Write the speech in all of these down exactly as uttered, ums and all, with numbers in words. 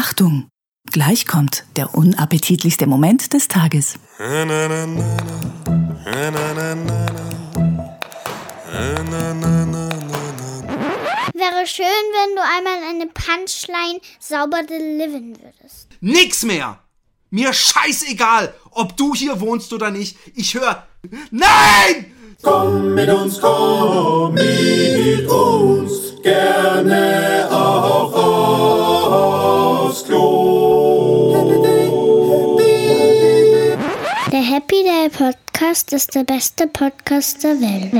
Achtung, gleich kommt der unappetitlichste Moment des Tages. Wäre schön, wenn du einmal eine Punchline sauber delivern würdest. Nix mehr! Mir scheißegal, ob du hier wohnst oder nicht. Ich höre... Nein! Komm mit uns, komm mit uns, gerne auch aufs Klo. Der Happy Day Podcast ist der beste Podcast der Welt.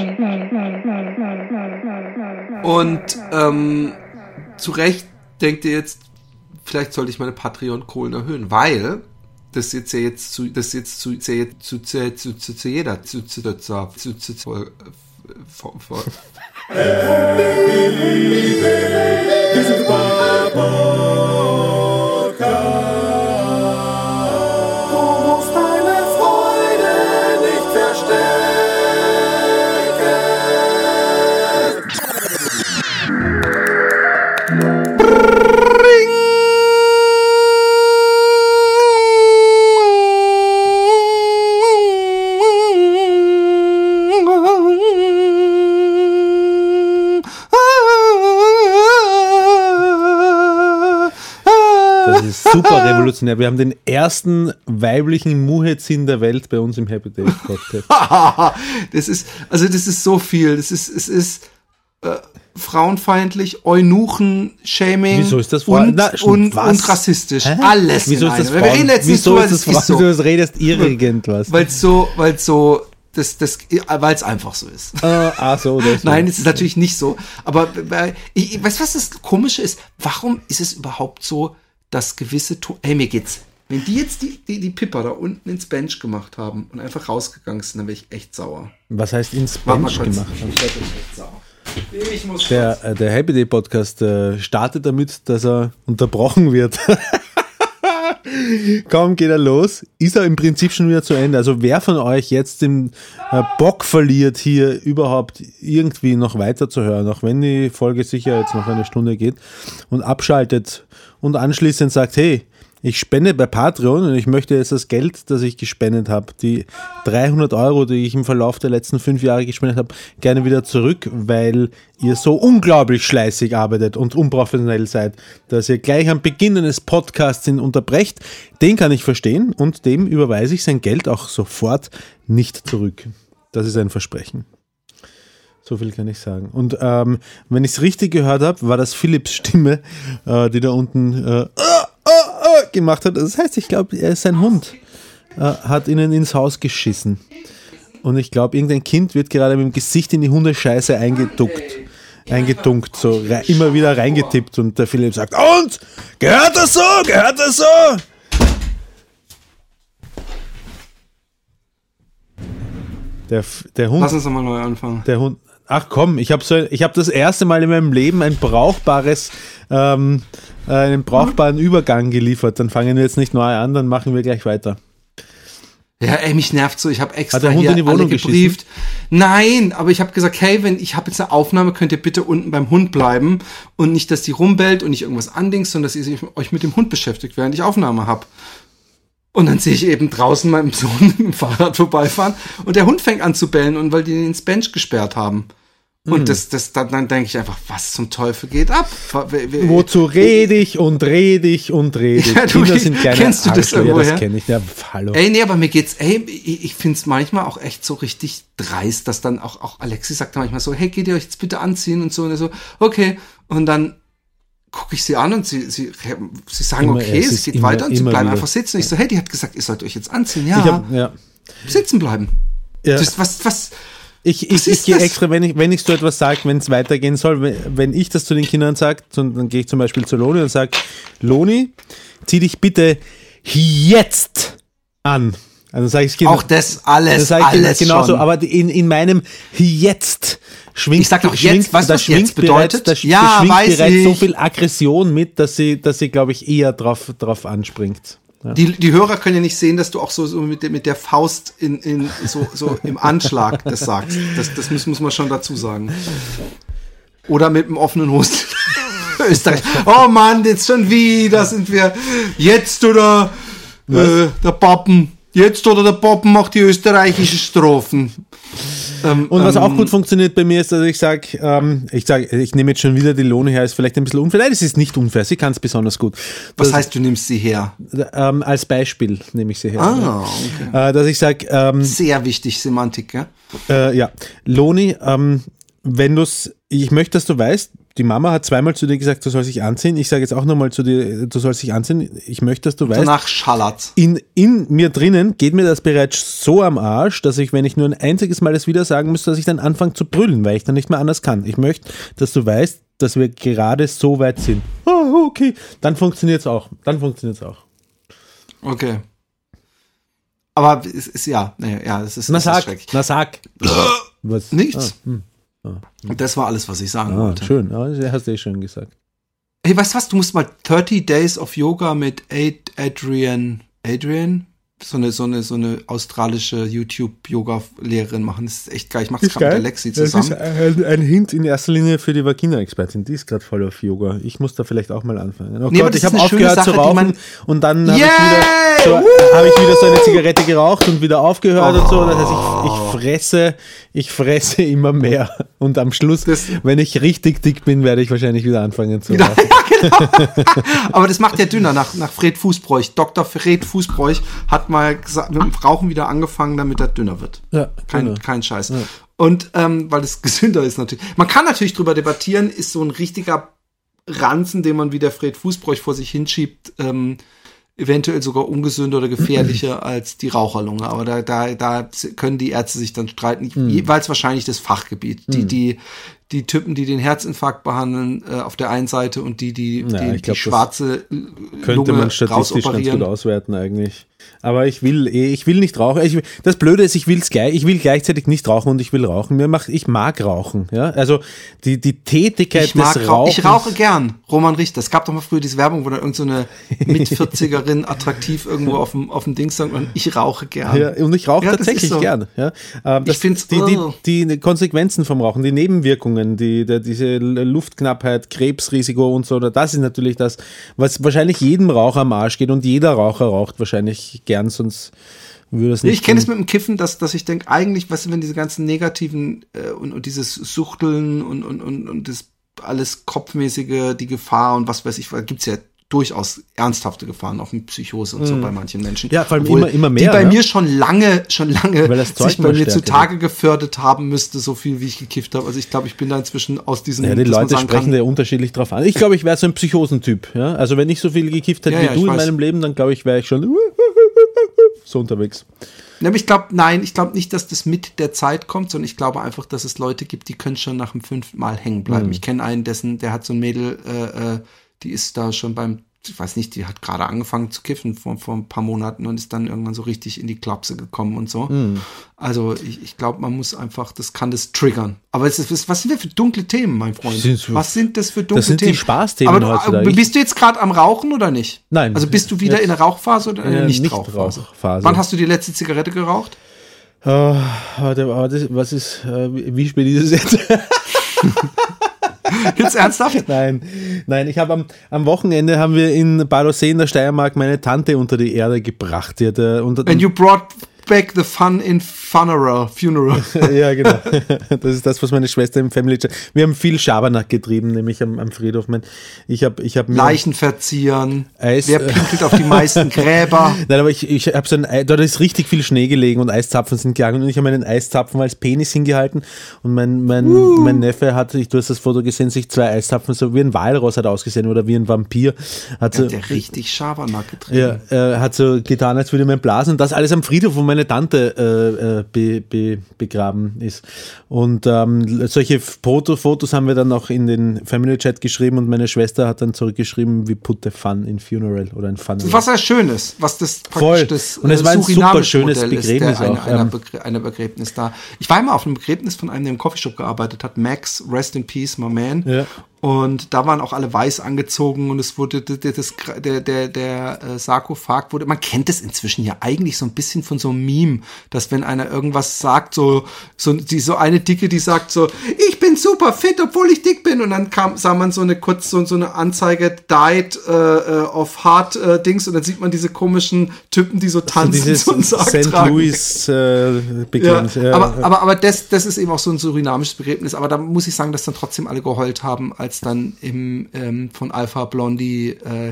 Und ähm, zu Recht denkt ihr jetzt, vielleicht sollte ich meine Patreon-Kohlen erhöhen, weil das jetzt ja jetzt zu, das jetzt zu, zu, zu, zu, zu, zu, zu jeder, zu, zu, zu, zu, zu, zu, zu, super revolutionär. Wir haben den ersten weiblichen Muezzin der Welt bei uns im Happy Day Podcast. Das ist, also das ist so viel. Das ist, es ist äh, frauenfeindlich, Eunuchen-Shaming. Wieso ist das und, Na, und, was? und rassistisch. Hä? Alles. Wieso in ist das einem. Frauen, Wir reden jetzt wieso nicht ist das drüber, Frauen, so. du redest irgendwas. Weil es so, weil es so, das, das, weil es einfach so ist. Ah, ach so, das Nein, es ist natürlich nicht so. Aber äh, ich, ich, weißt du, was das Komische ist? Warum ist es überhaupt so, dass gewisse to- Hey, mir geht's. Wenn die jetzt die, die, die Pipper da unten ins Bench gemacht haben und einfach rausgegangen sind, dann wäre ich echt sauer. Was heißt ins Warte mal Bench kurz. gemacht haben? Ich werde echt sauer. Ich muss Der, äh, der Happy Day Podcast äh, startet damit, dass er unterbrochen wird. Kaum geht er los, ist er im Prinzip schon wieder zu Ende. Also wer von euch jetzt den äh, Bock verliert, hier überhaupt irgendwie noch weiter zu hören, auch wenn die Folge sicher jetzt noch eine Stunde geht, und abschaltet und anschließend sagt, hey, ich spende bei Patreon und ich möchte jetzt das Geld, das ich gespendet habe, die dreihundert Euro, die ich im Verlauf der letzten fünf Jahre gespendet habe, gerne wieder zurück, weil ihr so unglaublich schleißig arbeitet und unprofessionell seid, dass ihr gleich am Beginn eines Podcasts ihn unterbrecht. Den kann ich verstehen und dem überweise ich sein Geld auch sofort nicht zurück. Das ist ein Versprechen. So viel kann ich sagen. Und ähm, wenn ich es richtig gehört habe, war das Philipps Stimme, äh, die da unten äh, gemacht hat. Das heißt, ich glaube, er ist sein Hund. Äh, hat ihnen ins Haus geschissen. Und ich glaube, irgendein Kind wird gerade mit dem Gesicht in die Hundescheiße eingeduckt. Eingedunkt, so re- immer wieder reingetippt. Und der Philipp sagt, und? Gehört das so? Gehört das so? Der, der Hund... Lass uns nochmal neu anfangen. Der Hund... Ach komm, ich habe so, ich habe das erste Mal in meinem Leben ein brauchbares, ähm, einen brauchbaren Übergang geliefert. Dann fangen wir jetzt nicht neu an, dann machen wir gleich weiter. Ja, ey, mich nervt so. Ich habe extra Hat der Hund hier in die Wohnung alle gebrieft. Nein, aber ich habe gesagt, hey, wenn ich habe jetzt eine Aufnahme, könnt ihr bitte unten beim Hund bleiben und nicht, dass die rumbellt und nicht irgendwas andingst, sondern dass ihr euch mit dem Hund beschäftigt, während ich Aufnahme habe. Und dann sehe ich eben draußen meinem Sohn mit dem Fahrrad vorbeifahren und der Hund fängt an zu bellen, und weil die ihn ins Bench gesperrt haben. Und mm. das, das, dann, dann denke ich einfach, was zum Teufel geht ab? Wozu rede ich und rede ich und rede ich? Ja, du, Kinder sind kleine kennst du das irgendwo? Ja, das kenne ich. Ja, hallo. Ey, nee, aber mir geht's, ey, ich, ich finde es manchmal auch echt so richtig dreist, dass dann auch, auch Alexi sagt dann manchmal so, hey, geht ihr euch jetzt bitte anziehen und so, und er so, okay. Und dann gucke ich sie an und sie, sie, sie sagen, immer, okay, es geht immer, weiter, und sie bleiben wieder. einfach sitzen. Und ich so, hey, die hat gesagt, ihr sollt euch jetzt anziehen. Ja, Ich hab, ja. sitzen bleiben. Ja. Das, was, was, Ich, Was ich, ist ich gehe das? extra, wenn ich, wenn ich so etwas sage, wenn es weitergehen soll, wenn, wenn ich das zu den Kindern sage, dann gehe ich zum Beispiel zu Loni und sage, Loni, zieh dich bitte jetzt an. Also sage ich auch das alles, sag ich alles genauso, schon. aber in, in meinem jetzt schwingt, Ich sag doch schwingt, jetzt, weißt du, da was schwingt jetzt bedeutet? Bereits, da Ja, schwingt weiß bereits ich. so viel Aggression mit, dass sie, dass sie glaube ich, eher drauf, drauf anspringt. Ja. Die, die Hörer können ja nicht sehen, dass du auch so, so mit, der, mit der Faust in, in, so, so im Anschlag das sagst. Das, das muss, muss man schon dazu sagen. Oder mit dem offenen Hosen. Österreich. Oh Mann, jetzt schon wieder sind wir. Jetzt oder äh, der Pappen. Jetzt oder der Pappen macht die österreichischen Strophen. Ähm, Und was ähm, auch gut funktioniert bei mir ist, dass ich sage, ähm, ich sage, ich nehme jetzt schon wieder die Loni her, ist vielleicht ein bisschen unfair. Nein, das ist nicht unfair, sie kann es besonders gut. Was Das, heißt, du nimmst sie her? ähm, als Beispiel nehme ich sie her. Ah, okay. Ja. Äh, dass ich sage, ähm, Sehr wichtig, Semantik, ja? äh, ja, Loni, ähm, wenn du es, ich möchte, dass du weißt, die Mama hat zweimal zu dir gesagt, du sollst dich anziehen. Ich sage jetzt auch nochmal zu dir, du sollst dich anziehen. Ich möchte, dass du weißt, Danach schallert. in, in mir drinnen geht mir das bereits so am Arsch, dass ich, wenn ich nur ein einziges Mal das wieder sagen müsste, dass ich dann anfange zu brüllen, weil ich dann nicht mehr anders kann. Ich möchte, dass du weißt, dass wir gerade so weit sind. Oh, okay. Dann funktioniert es auch. Dann funktioniert es auch. Okay. Aber es ist ja, naja, ja, es ist, Na es ist sag, schrecklich. na sag. Was? Nichts. Ah, hm. Und das war alles, was ich sagen ah, wollte. schön. Ja, das hast du eh schön gesagt. Hey, weißt du was? Du musst mal thirty Days of Yoga mit Ad- Adrian, Adrian? So eine, so eine, so eine australische YouTube-Yoga-Lehrerin machen. Das ist echt geil. Ich mach's gerade mit der Lexi zusammen. Das ist ein, ein Hint in erster Linie für die Vagina-Expertin. Die ist gerade voll auf Yoga. Ich muss da vielleicht auch mal anfangen. Oh Nee, aber Gott, das ich ist habe eine schöne aufgehört Sache, zu die rauchen man- und dann habe Yay! ich, wieder so, hab ich wieder so eine Zigarette geraucht und wieder aufgehört Oh. und so. Das heißt, ich, ich fresse, ich fresse immer mehr. Und am Schluss, Das- wenn ich richtig dick bin, werde ich wahrscheinlich wieder anfangen zu Wieder- rauchen. Aber das macht ja dünner nach, nach Fred Fußbräuch. Doktor Fred Fußbräuch hat mal gesagt, mit dem Rauchen wieder angefangen, damit er dünner wird. Ja, Kein, genau. kein Scheiß. Und ähm, weil es gesünder ist natürlich. Man kann natürlich drüber debattieren, ist so ein richtiger Ranzen, den man wie der Fred Fußbräuch vor sich hinschiebt, ähm, eventuell sogar ungesünder oder gefährlicher als die Raucherlunge. Aber da, da, da können die Ärzte sich dann streiten. Mhm. Jeweils wahrscheinlich das Fachgebiet. Die, die, die Typen, die den Herzinfarkt behandeln, äh, auf der einen Seite und die, die, Ja, die, ich glaub, die schwarze äh, Könnte Lunge man statistisch ganz gut rausoperieren. auswerten eigentlich. Aber ich will eh, ich will nicht rauchen. Ich, will- das Blöde ist, ich will's gleich, ich will gleichzeitig nicht rauchen und ich will rauchen. Mir macht, ich mag rauchen. Ja, also die die Tätigkeit Ich mag des rauchen. Rauchens. Ich rauche gern. Roman Richter. Es gab doch mal früher diese Werbung, wo da irgend so eine Mit-vierzigerin attraktiv irgendwo auf dem, auf dem Ding sagt und ich rauche gern. Ja, und ich rauche Ja, das tatsächlich ist so. gern. Ja. Ähm, das, Ich find's- die, die, oh. die Konsequenzen vom Rauchen, die Nebenwirkungen, die, der, diese Luftknappheit, Krebsrisiko und so, das ist natürlich das, was wahrscheinlich jedem Raucher am Arsch geht und jeder Raucher raucht wahrscheinlich gern, sonst würde es nicht. Ich kenne es tun. mit dem Kiffen, dass, dass ich denke, eigentlich, weißt du, wenn diese ganzen negativen äh, und, und dieses Suchteln und, und, und, und das alles kopfmäßige, die Gefahr und was weiß ich, gibt's ja durchaus ernsthafte Gefahren, auch mit Psychose und so bei manchen Menschen. Ja, vor allem immer- immer mehr, Die bei ne? mir schon lange, schon lange Weil das Zeug sich bei immer mir stärker zutage gefördert haben müsste, so viel wie ich gekifft habe. Also ich glaube, ich bin da inzwischen aus diesem, Ja, die dass man Leute sagen sprechen kann, da unterschiedlich drauf an. Ich glaube, ich wäre so ein Psychosentyp. Ja? Also wenn ich so viel gekifft hätte Ja, wie ja, du ich in weiß. meinem Leben, dann glaube ich, wäre ich schon so unterwegs. Ja, aber ich glaube, nein, ich glaube nicht, dass das mit der Zeit kommt, sondern ich glaube einfach, dass es Leute gibt, die können schon nach dem fünften Mal hängen bleiben. Mhm. Ich kenne einen, dessen, der hat so ein Mädel, äh, äh, die ist da schon beim, ich weiß nicht, die hat gerade angefangen zu kiffen vor, vor ein paar Monaten und ist dann irgendwann so richtig in die Klapse gekommen und so. Mhm. Also ich, ich glaube, man muss einfach, das kann das triggern. Aber es ist, was sind wir für dunkle Themen, mein Freund? Sind so- Was sind das für dunkle Das sind die Themen? Spaßthemen Aber du, heutzutage. äh, bist du jetzt gerade am Rauchen oder nicht? Nein. Also bist du wieder Jetzt- in der Rauchphase oder in der Ja, Nichtrauchphase? Nichtrauchphase. Wann hast du die letzte Zigarette geraucht? Oh, warte, warte, was ist, äh, wie wie spät ist es jetzt? Jetzt ernsthaft? Nein, nein, ich habe am, am Wochenende haben wir in Badersee in der Steiermark meine Tante unter die Erde gebracht. Die hat, äh, unter, And you brought back the fun in funeral. funeral. Ja, genau. Das ist das, was meine Schwester im Family Chat. Wir haben viel Schabernack getrieben, nämlich am, am Friedhof. Mein, ich habe ich hab mir Leichen verzieren. Eis- Wer pinkelt auf die meisten Gräber? Nein, aber ich, ich habe so ein Ei, dort ist richtig viel Schnee gelegen und Eiszapfen sind gegangen und ich habe meinen Eiszapfen als Penis hingehalten und mein, mein, Uh. mein Neffe hat, ich, du hast das Foto gesehen, sich zwei Eiszapfen, so wie ein Walross hat ausgesehen oder wie ein Vampir. Hat so, Der richtig Schabernack getrieben. ja, äh, hat so getan, als würde man blasen und das alles am Friedhof, wo meine Tante äh, äh, be, be, begraben ist. Und ähm, solche Foto, Fotos haben wir dann auch in den Family Chat geschrieben und meine Schwester hat dann zurückgeschrieben, wie put the fun in funeral oder ein Funeral. Was ja schön ist, was das praktisch Voll. das Und es war ein super schönes Suriname-Modell ist, Begräbnis der eine, auch, einer, ähm. Begr einer Begräbnis da. Ich war immer auf einem Begräbnis von einem, der im Coffeeshop gearbeitet hat, Max, rest in peace, my man. Ja. Und da waren auch alle weiß angezogen und es wurde das, das, der der der äh, Sarkophag wurde, man kennt es inzwischen ja eigentlich so ein bisschen von so einem Meme, dass wenn einer irgendwas sagt, so so die so eine Dicke, die sagt so, ich bin super fit, obwohl ich dick bin, und dann kam sah man so eine kurz so, so eine Anzeige died äh, of heart äh, Dings, und dann sieht man diese komischen Typen, die so tanzen, also so einen Sarg Saint tragen. Louis äh, bekannt. Ja, ja. aber aber aber das das ist eben auch so ein surinamisches Begräbnis, aber da muss ich sagen, dass dann trotzdem alle geheult haben, als dann im ähm, von Alpha Blondie äh,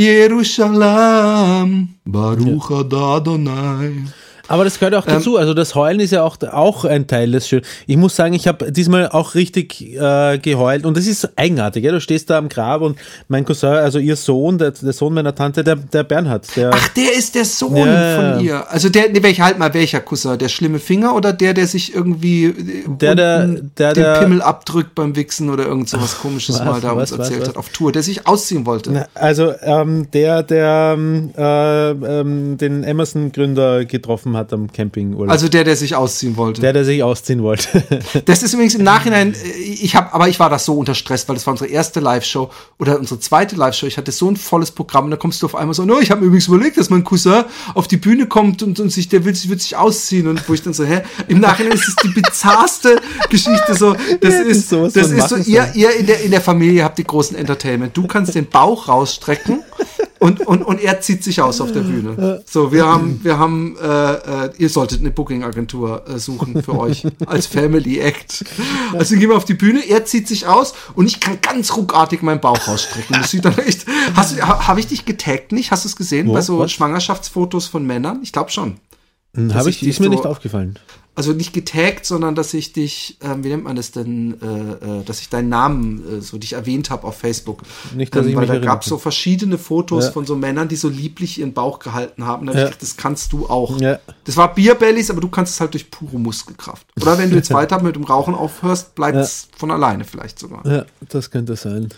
Jerusalem, Baruch Adonai. Aber das gehört auch dazu, ähm, also das Heulen ist ja auch, auch ein Teil des Schönen. Ich muss sagen, ich habe diesmal auch richtig äh, geheult und das ist eigenartig, ja? Du stehst da am Grab und mein Cousin, also ihr Sohn, der, der Sohn meiner Tante, der, der Bernhard. Der, Ach, der ist der Sohn ja, von ihr. Also der, ne, welcher, halt mal, welcher Cousin? Der schlimme Finger oder der, der sich irgendwie der, der, der, den der, Pimmel abdrückt beim Wichsen oder irgend so was Komisches was, mal da was, uns erzählt was, hat auf Tour, der sich ausziehen wollte. Na, also ähm, der, der äh, ähm, den Emerson-Gründer getroffen hat am Campingurlaub. Also der, der sich ausziehen wollte. Der, der sich ausziehen wollte. Das ist übrigens im Nachhinein, ich habe, aber ich war das so unter Stress, weil das war unsere erste Live-Show oder unsere zweite Live-Show. Ich hatte so ein volles Programm und da kommst du auf einmal so, no, ich habe mir übrigens überlegt, dass mein Cousin auf die Bühne kommt und, und sich, der will sich, wird sich ausziehen, und wo ich dann so, hä? Im Nachhinein ist es die bizarrste Geschichte so. Das Ja, ist, sowas das von ist so, machen ihr, ihr in der, in der Familie habt die großen Entertainment. Du kannst den Bauch rausstrecken. Und, und, und er zieht sich aus auf der Bühne. So, wir haben, wir haben, äh, äh, ihr solltet eine Booking-Agentur äh, suchen für euch als Family Act. Also gehen wir auf die Bühne, er zieht sich aus und ich kann ganz ruckartig meinen Bauch rausstrecken. Das sieht dann echt. Hast du, ha, habe ich dich getaggt nicht? Hast du es gesehen Wo? bei so Was? Schwangerschaftsfotos von Männern? Ich glaube schon. Habe ich, ich ist mir so- nicht aufgefallen. Also nicht getaggt, sondern dass ich dich, ähm, wie nennt man das denn, äh, äh, dass ich deinen Namen äh, so dich erwähnt habe auf Facebook. Nicht, dass ähm, ich weil mich da erinnere. gab es so verschiedene Fotos Ja. von so Männern, die so lieblich ihren Bauch gehalten haben. Da hab Ja. ich gedacht, das kannst du auch. Ja. Das war Bierbellies, aber du kannst es halt durch pure Muskelkraft. Oder wenn du jetzt weiter mit dem Rauchen aufhörst, bleibt es von alleine vielleicht sogar. Ja, das könnte sein.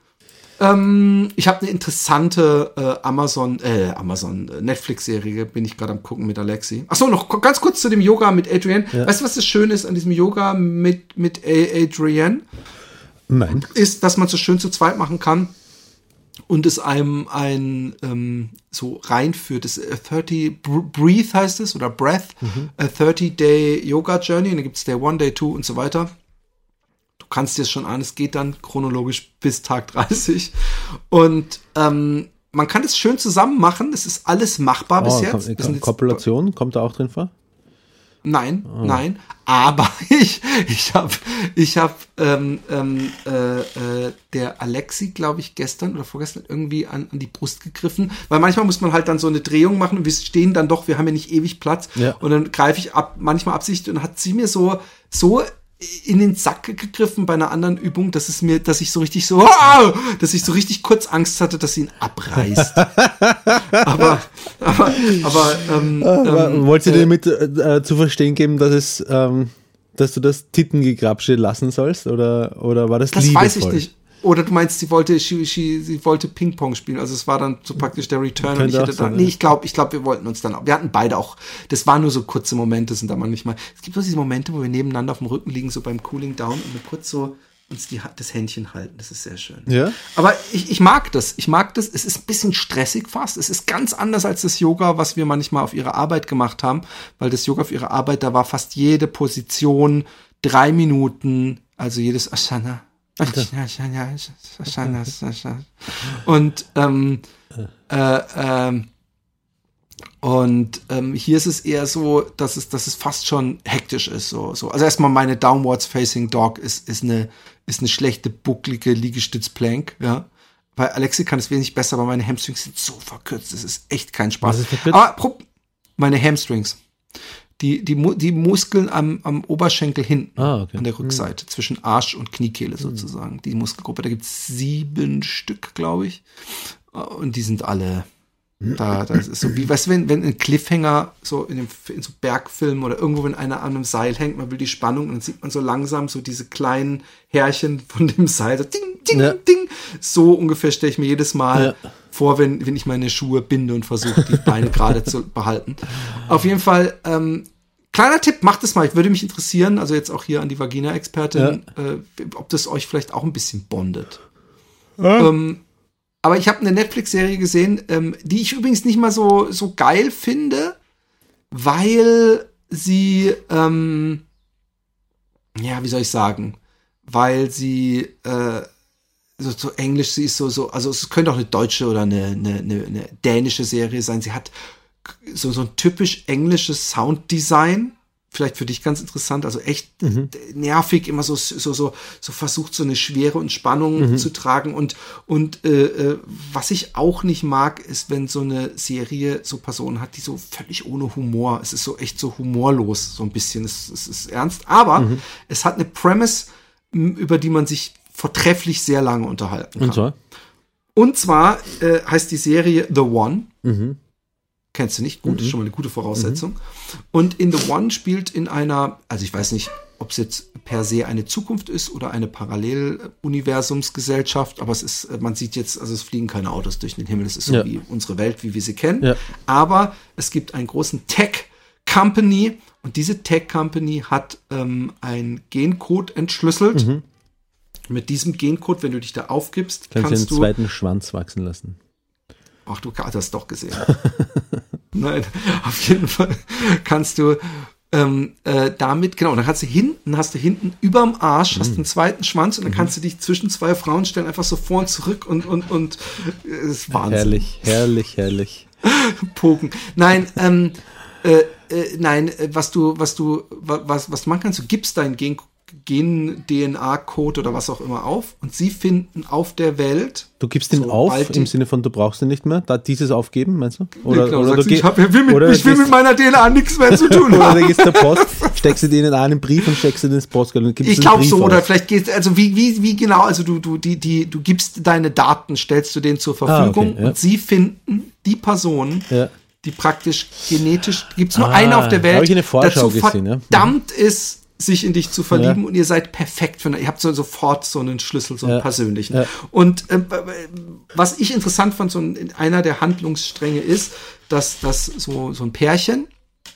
Ähm, ich habe eine interessante äh, Amazon, äh, Amazon äh, Netflix-Serie, bin ich gerade am gucken mit Alexi. Achso, noch k- ganz kurz zu dem Yoga mit Adrienne. Ja. Weißt du, was das Schöne ist an diesem Yoga mit, mit A- Adrienne? Nein. Ist, dass man es so schön zu zweit machen kann und es einem ein ähm, so reinführt. Das äh, dreißig Br- Breathe heißt es oder Breath, Mhm. a thirty Day Yoga Journey, und da gibt es Day One, Day Two und so weiter. Du kannst dir es schon an, es geht dann chronologisch bis Tag dreißig. Und ähm, man kann es schön zusammen machen. Es ist alles machbar bis Oh, jetzt. Ko- Wir sind jetzt- Kopulation, kommt da auch drin vor? Nein, nein. Aber ich, ich habe, ich habe ähm, ähm, äh, äh, der Alexi, glaube ich, gestern oder vorgestern irgendwie an, an die Brust gegriffen, weil manchmal muss man halt dann so eine Drehung machen und wir stehen dann doch, wir haben ja nicht ewig Platz, Ja. und dann greife ich ab, manchmal absichtlich, und hat sie mir so so in den Sack gegriffen bei einer anderen Übung, dass es mir, dass ich so richtig so, wow, dass ich so richtig kurz Angst hatte, dass sie ihn abreißt. aber, aber, aber, ähm, Aber ähm, wollt ihr äh, dir mit äh, zu verstehen geben, dass es, ähm, dass du das Tittengegrapsche lassen sollst? Oder, oder war das Das liebevoll? weiß ich nicht. Oder du meinst, sie wollte, sie, sie, sie wollte Ping-Pong spielen. Also es war dann so praktisch der Return. Und Könnte ich auch hätte sein, dann, nee, ja. ich glaube, ich glaube, wir wollten uns dann auch. Wir hatten beide auch. Das waren nur so kurze Momente, sind da manchmal. Es gibt so diese Momente, wo wir nebeneinander auf dem Rücken liegen, so beim Cooling Down, und wir kurz so uns die, das Händchen halten. Das ist sehr schön. Ja? Aber ich, ich mag das. Ich mag das. Es ist ein bisschen stressig fast. Es ist ganz anders als das Yoga, was wir manchmal auf ihrer Arbeit gemacht haben. Weil das Yoga auf ihrer Arbeit, da war fast jede Position drei Minuten, also jedes Asana. Und ähm, äh, ähm, und ähm, hier ist es eher so, dass es, dass es fast schon hektisch ist. So, so. Also erstmal meine Downwards Facing Dog ist, ist eine, ist eine schlechte, bucklige Liegestützplank, ja. Weil Alexi kann es wesentlich besser, aber meine Hamstrings sind so verkürzt. Das ist echt kein Spaß. Was ist verkürzt? Aber pro, meine Hamstrings. Die, die, Mu- die Muskeln am, am Oberschenkel hinten, Ah, okay. an der Rückseite, zwischen Arsch und Kniekehle sozusagen. Die Muskelgruppe, da gibt es sieben Stück, glaube ich. Und die sind alle, da, das ist so wie, weißt du, wenn, wenn ein Cliffhanger so in, dem, in so Bergfilmen oder irgendwo, wenn einer an einem Seil hängt, man will die Spannung, und dann sieht man so langsam so diese kleinen Härchen von dem Seil, so ding, ding, Ja. ding. So ungefähr stelle ich mir jedes Mal Ja. vor, wenn, wenn ich meine Schuhe binde und versuche, die Beine gerade zu behalten. Auf jeden Fall, ähm, Kleiner Tipp, macht es mal. Ich würde mich interessieren, also jetzt auch hier an die Vagina-Expertin, ja. äh, ob das euch vielleicht auch ein bisschen bondet. Ja. Ähm, aber ich habe eine Netflix-Serie gesehen, ähm, die ich übrigens nicht mal so, so geil finde, weil sie, ähm, ja, wie soll ich sagen, weil sie äh, so, so englisch, sie ist so, so, also es könnte auch eine deutsche oder eine, eine, eine, eine dänische Serie sein. Sie hat so, so ein typisch englisches Sounddesign. Vielleicht für dich ganz interessant, also echt mhm. nervig, immer so, so, so, so versucht, so eine Schwere und Spannung mhm. zu tragen. Und, und äh, was ich auch nicht mag, ist, wenn so eine Serie so Personen hat, die so völlig ohne Humor, es ist so echt so humorlos, so ein bisschen, es, es ist ernst, aber mhm. es hat eine Premise, über die man sich vortrefflich sehr lange unterhalten kann. Und zwar, und zwar äh, heißt die Serie The One. Mhm. Kennst du nicht? Gut, mhm. ist schon mal eine gute Voraussetzung. Mhm. Und in The One spielt in einer, also ich weiß nicht, ob es jetzt per se eine Zukunft ist oder eine Paralleluniversumsgesellschaft, aber es ist, man sieht jetzt, also es fliegen keine Autos durch den Himmel, es ist so ja. wie unsere Welt, wie wir sie kennen. Ja. Aber es gibt einen großen Tech-Company und diese Tech-Company hat ähm, einen Gencode entschlüsselt. Mhm. Mit diesem Gencode, wenn du dich da aufgibst, kannst, kannst du einen zweiten Schwanz wachsen lassen. Ach, du hast das doch gesehen. Nein, auf jeden Fall kannst du ähm, äh, damit, genau, dann kannst du hinten, hast du hinten überm Arsch, mm. hast einen zweiten Schwanz und dann mm. kannst du dich zwischen zwei Frauen stellen, einfach so vor und zurück und, und, und, äh, ist Wahnsinn. Herrlich, herrlich, herrlich. Poken. Nein, ähm, äh, äh, nein, was du, was du, was, was du machen kannst, du gibst deinen Gen Gen-D N A-Code oder was auch immer auf und sie finden auf der Welt. Du gibst ihn so auf, im Sinne von, du brauchst ihn nicht mehr, da dieses aufgeben, meinst du? Oder, nee, genau, oder du ich, hab, will mit, oder ich will mit meiner D N A nichts mehr zu tun haben. Oder du gehst zur Post, steckst du D N A in einen Brief und steckst du den ins Postgeld und gibst ich glaube so, auf. Oder vielleicht gehst also wie, wie, wie genau, also du, du, die, die, du gibst deine Daten, stellst du denen zur Verfügung ah, okay, ja. und sie finden die Person, ja. die praktisch genetisch, gibt es nur ah, eine auf der Welt, ich eine Vorschau dazu gesehen, verdammt ja. ist, sich in dich zu verlieben ja. und ihr seid perfekt für, ihr habt so sofort so einen Schlüssel, so einen ja. persönlichen. Ja. Und äh, was ich interessant fand, so in einer der Handlungsstränge ist, dass, dass so, so ein Pärchen,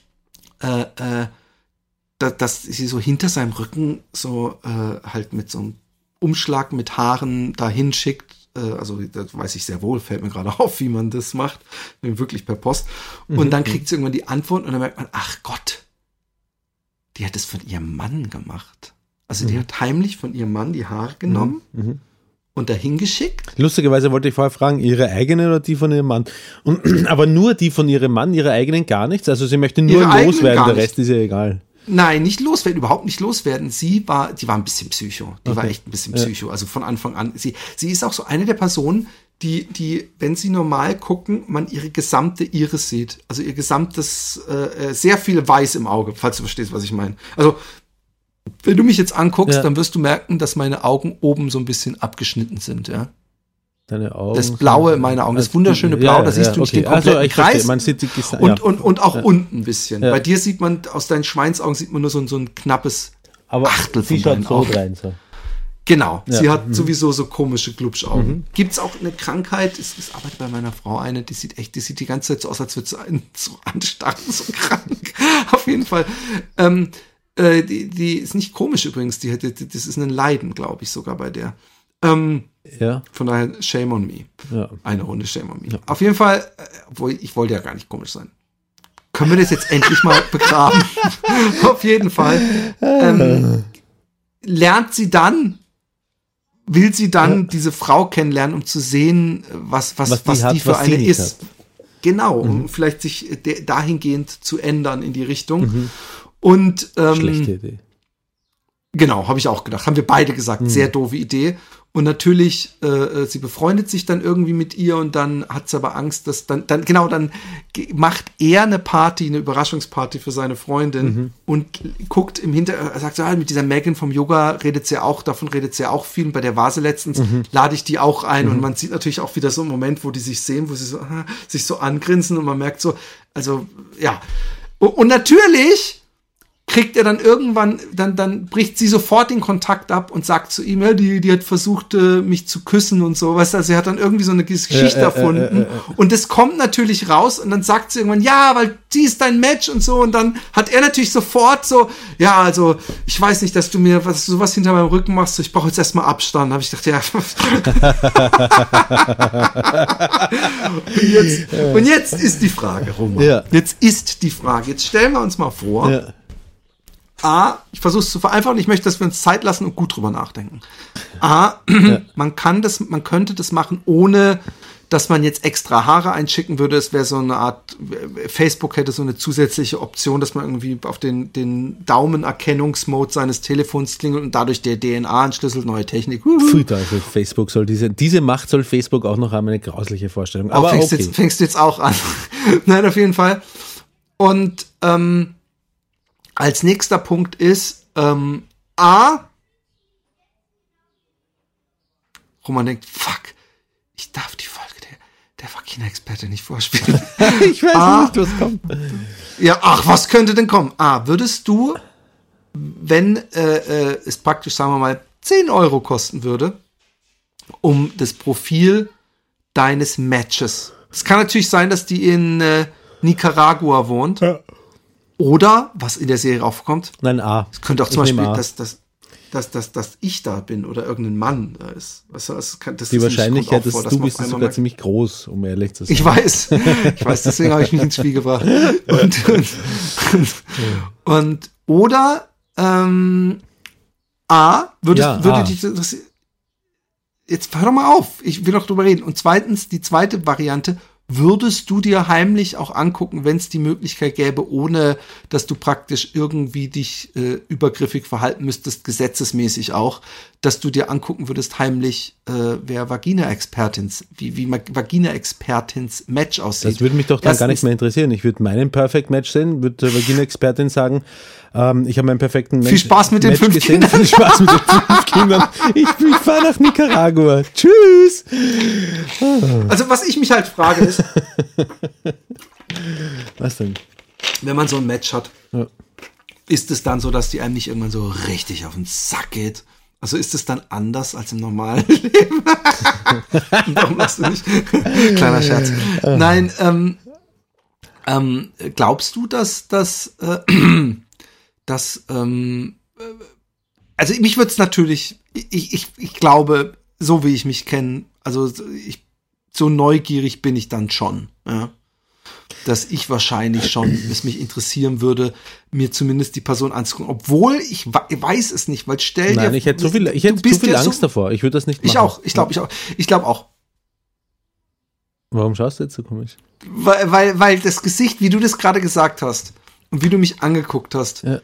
äh, äh, dass, dass sie so hinter seinem Rücken so äh, halt mit so einem Umschlag mit Haaren dahin schickt. Äh, also das weiß ich sehr wohl, fällt mir gerade auf, wie man das macht, wirklich per Post. Mhm. Und dann kriegt sie irgendwann die Antwort und dann merkt man, ach Gott, die hat es von ihrem Mann gemacht. Also mhm. die hat heimlich von ihrem Mann die Haare genommen mhm. und dahin geschickt. Lustigerweise wollte ich vorher fragen, ihre eigene oder die von ihrem Mann? Und, aber nur die von ihrem Mann, ihre eigenen gar nichts? Also sie möchte nur ihre loswerden, der Rest ist ja egal. Nein, nicht loswerden, überhaupt nicht loswerden. Sie war, die war ein bisschen Psycho. Die okay. war echt ein bisschen Psycho. Ja. Also von Anfang an. Sie, sie ist auch so eine der Personen, die, die, wenn sie normal gucken, man ihre gesamte Iris sieht. Also ihr gesamtes, äh, sehr viel Weiß im Auge, falls du verstehst, was ich meine. Also, wenn du mich jetzt anguckst, ja. dann wirst du merken, dass meine Augen oben so ein bisschen abgeschnitten sind, ja. Deine Augen. Das Blaue in meinen Augen, das wunderschöne Blau, ja, da siehst ja, du nicht okay. den kompletten also, Kreis. Man sieht die, ja. und, und, und auch ja. unten ein bisschen. Ja. Bei dir sieht man, aus deinen Schweinsaugen sieht man nur so, so ein knappes Aber Achtel von deinen so Augen. Rein, so. Genau, ja. sie hat mhm. sowieso so komische Glubschaugen. Mhm. Gibt's auch eine Krankheit, es, es arbeitet bei meiner Frau eine, die sieht echt, die sieht die ganze Zeit so aus, als würde sie einen so anstarren, so krank. Auf jeden Fall. Ähm, äh, die, die ist nicht komisch übrigens, die, die, das ist ein Leiden, glaube ich, sogar bei der. Ähm, ja. Von daher, shame on me. Ja. Eine Runde shame on me. Ja. Auf jeden Fall, äh, obwohl ich wollte ja gar nicht komisch sein. Können wir das jetzt endlich mal begraben? Auf jeden Fall. Ähm, lernt sie dann will sie dann ja. diese Frau kennenlernen, um zu sehen, was, was, was die, was hat, die für was eine ist. Hat. Genau, mhm. um vielleicht sich de- dahingehend zu ändern in die Richtung. Mhm. Und ähm, schlechte Idee. Genau, habe ich auch gedacht. Haben wir beide gesagt, mhm. sehr doofe Idee. Und natürlich, äh, sie befreundet sich dann irgendwie mit ihr und dann hat sie aber Angst, dass dann, dann genau, dann ge- macht er eine Party, eine Überraschungsparty für seine Freundin mhm. und guckt im Hintergrund, er sagt so, ah, mit dieser Megan vom Yoga redet sie auch, davon redet sie auch viel. Und bei der Vase letztens mhm. lade ich die auch ein. Mhm. Und man sieht natürlich auch wieder so einen Moment, wo die sich sehen, wo sie so, ah, sich so angrinsen und man merkt so, also, ja. Und, und natürlich kriegt er dann irgendwann, dann, dann bricht sie sofort den Kontakt ab und sagt zu ihm, ja, die, die hat versucht, äh, mich zu küssen und so, weißt du, also sie hat dann irgendwie so eine Geschichte Ja, äh, erfunden äh, äh, äh. und das kommt natürlich raus und dann sagt sie irgendwann, ja, weil sie ist dein Match und so und dann hat er natürlich sofort so, ja, also, ich weiß nicht, dass du mir was, sowas hinter meinem Rücken machst, ich brauche jetzt erstmal Abstand, habe ich gedacht, ja. und, jetzt, und jetzt ist die Frage, Roman, Ja. jetzt ist die Frage, jetzt stellen wir uns mal vor, Ja. A, ich versuche es zu vereinfachen, ich möchte, dass wir uns Zeit lassen und gut drüber nachdenken. A, Ja. man kann das, man könnte das machen, ohne dass man jetzt extra Haare einschicken würde. Es wäre so eine Art, Facebook hätte so eine zusätzliche Option, dass man irgendwie auf den, den Daumenerkennungsmode seines Telefons klingelt und dadurch der D N A entschlüsselt, neue Technik. Pfui Teufel, Facebook soll diese, diese Macht soll Facebook auch noch haben, eine grausliche Vorstellung. Aber Aber fängst, okay. jetzt, fängst du jetzt auch an. Nein, auf jeden Fall. Und ähm, als nächster Punkt ist ähm, A. Roman denkt, fuck, ich darf die Folge der, der Vagina-Experte nicht vorspielen. Ich weiß Ah. nicht, was kommt. Ja, ach, was könnte denn kommen? A, würdest du, wenn äh, äh, es praktisch, sagen wir mal, zehn Euro kosten würde, um das Profil deines Matches. Es kann natürlich sein, dass die in äh, Nicaragua wohnt. Ja. Oder, was in der Serie aufkommt, Nein, A. es könnte auch Ich zum Beispiel, nehme A. dass, dass, dass, dass, dass ich da bin oder irgendein Mann da ist. Weißt du, es kann, das Die ist nicht- Wahrscheinlichkeit, kommt auch dass vor, du man bist, auf ist einmal sogar mal- ziemlich groß, um ehrlich zu sein. Ich weiß, ich weiß, deswegen habe ich mich ins Spiel gebracht. Und, und, und oder ähm, A, würdest, Ja, würde A. dich das, jetzt hör doch mal auf, ich will doch drüber reden. Und zweitens, die zweite Variante, würdest du dir heimlich auch angucken, wenn es die Möglichkeit gäbe, ohne dass du praktisch irgendwie dich äh, übergriffig verhalten müsstest, gesetzesmäßig auch, dass du dir angucken würdest heimlich, äh, wer Vagina-Expertins, wie, wie Ma- Vagina-Expertins Match aussieht. Das würde mich doch dann gar Erstens- nicht mehr interessieren. Ich würde meinen Perfect Match sehen, würde der Vagina-Expertin sagen, ähm, ich habe meinen perfekten Viel Spaß mit den Match fünf gesehen. Kindern. Viel Spaß mit den fünf Kindern. Ich, ich fahre nach Nicaragua. Tschüss. Also was ich mich halt frage ist, Was denn? wenn man so ein Match hat, Ja. ist es dann so, dass die einem nicht irgendwann so richtig auf den Sack geht? Also ist es dann anders als im normalen Leben? Warum lachst du nicht? Kleiner Scherz. Nein, ähm, ähm, glaubst du, dass, dass, äh, dass ähm, äh, also mich würde es natürlich, ich, ich, ich glaube, so wie ich mich kenne, also ich, so neugierig bin ich dann schon, ja. Dass ich wahrscheinlich schon, es mich interessieren würde, mir zumindest die Person anzugucken. Obwohl ich wa- weiß es nicht, weil stell dir Nein, ich hätte so viel, ich hätte du zu bist viel ja Angst so, davor. Ich würde das nicht machen. Ich auch, ich glaube, ich auch. Ich glaube auch. Warum schaust du jetzt so komisch? Weil, weil, weil das Gesicht, wie du das gerade gesagt hast und wie du mich angeguckt hast, Ja.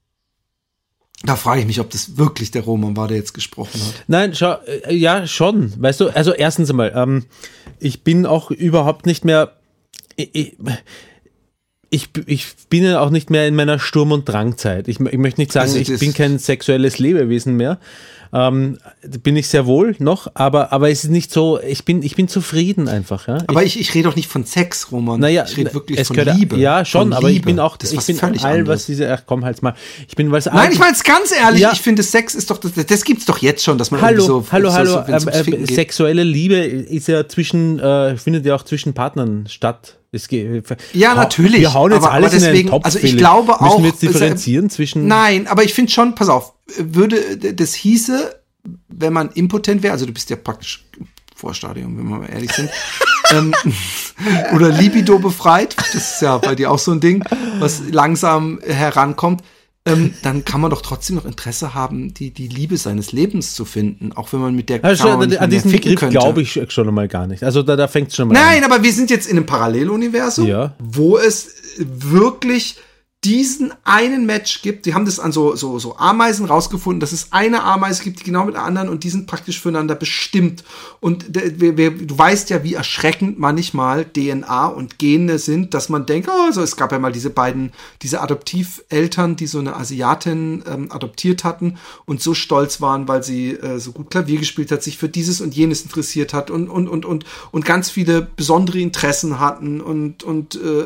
da frage ich mich, ob das wirklich der Roman war, der jetzt gesprochen hat. Nein, schau, äh, ja, schon. Weißt du, also erstens einmal, ähm, ich bin auch überhaupt nicht mehr, ich, ich, ich, ich bin ja auch nicht mehr in meiner Sturm- und Drangzeit. Ich, ich möchte nicht sagen, Also ich das- bin kein sexuelles Lebewesen mehr. Ähm, bin ich sehr wohl noch, aber, aber es ist nicht so, ich bin, ich bin zufrieden einfach. Ja? Aber ich, ich, ich rede doch nicht von Sex, Roman. Naja, ich rede wirklich es von gehört, Liebe. Ja, schon, von aber ich Liebe. bin auch, das ist ich was bin völlig all, anderes. was diese, ach komm, halt's mal. Ich bin, weil's Nein, ich meine es ganz ehrlich. Ja. Ich finde, Sex ist doch, das, das gibt's doch jetzt schon, dass man Hallo, irgendwie so, hallo, so, hallo. so, wenn's ums ähm, Ficken äh, geht. sexuelle Liebe ist ja zwischen, äh, findet ja auch zwischen Partnern statt. Es geht, Ja, hau- natürlich. Wir hauen jetzt aber, alles aber deswegen, in einen Topf. also ich Philipp. glaube auch. Müssen wir jetzt es- differenzieren zwischen. Nein, aber ich finde schon, pass auf, würde, das hieße, wenn man impotent wäre, also du bist ja praktisch im Vorstadium, wenn wir mal ehrlich sind, ähm, oder Libido befreit, das ist ja bei dir auch so ein Ding, was langsam herankommt, ähm, dann kann man doch trotzdem noch Interesse haben, die, die Liebe seines Lebens zu finden, auch wenn man mit der Also, Kamera nicht an mehr diesen ficken Begriff könnte. glaube ich schon einmal gar nicht. Also da, da fängt es schon mal Nein, an. aber wir sind jetzt in einem Paralleluniversum, Ja. wo es wirklich diesen einen Match gibt. Die haben das an so, so, so Ameisen rausgefunden, dass es eine Ameise gibt, die genau mit der anderen und die sind praktisch füreinander bestimmt. Und der, wir, wir, du weißt ja, wie erschreckend manchmal D N A und Gene sind, dass man denkt, oh, also es gab ja mal diese beiden, diese Adoptiveltern, die so eine Asiatin ähm, adoptiert hatten und so stolz waren, weil sie äh, so gut Klavier gespielt hat, sich für dieses und jenes interessiert hat und, und, und, und, und ganz viele besondere Interessen hatten und, und, äh,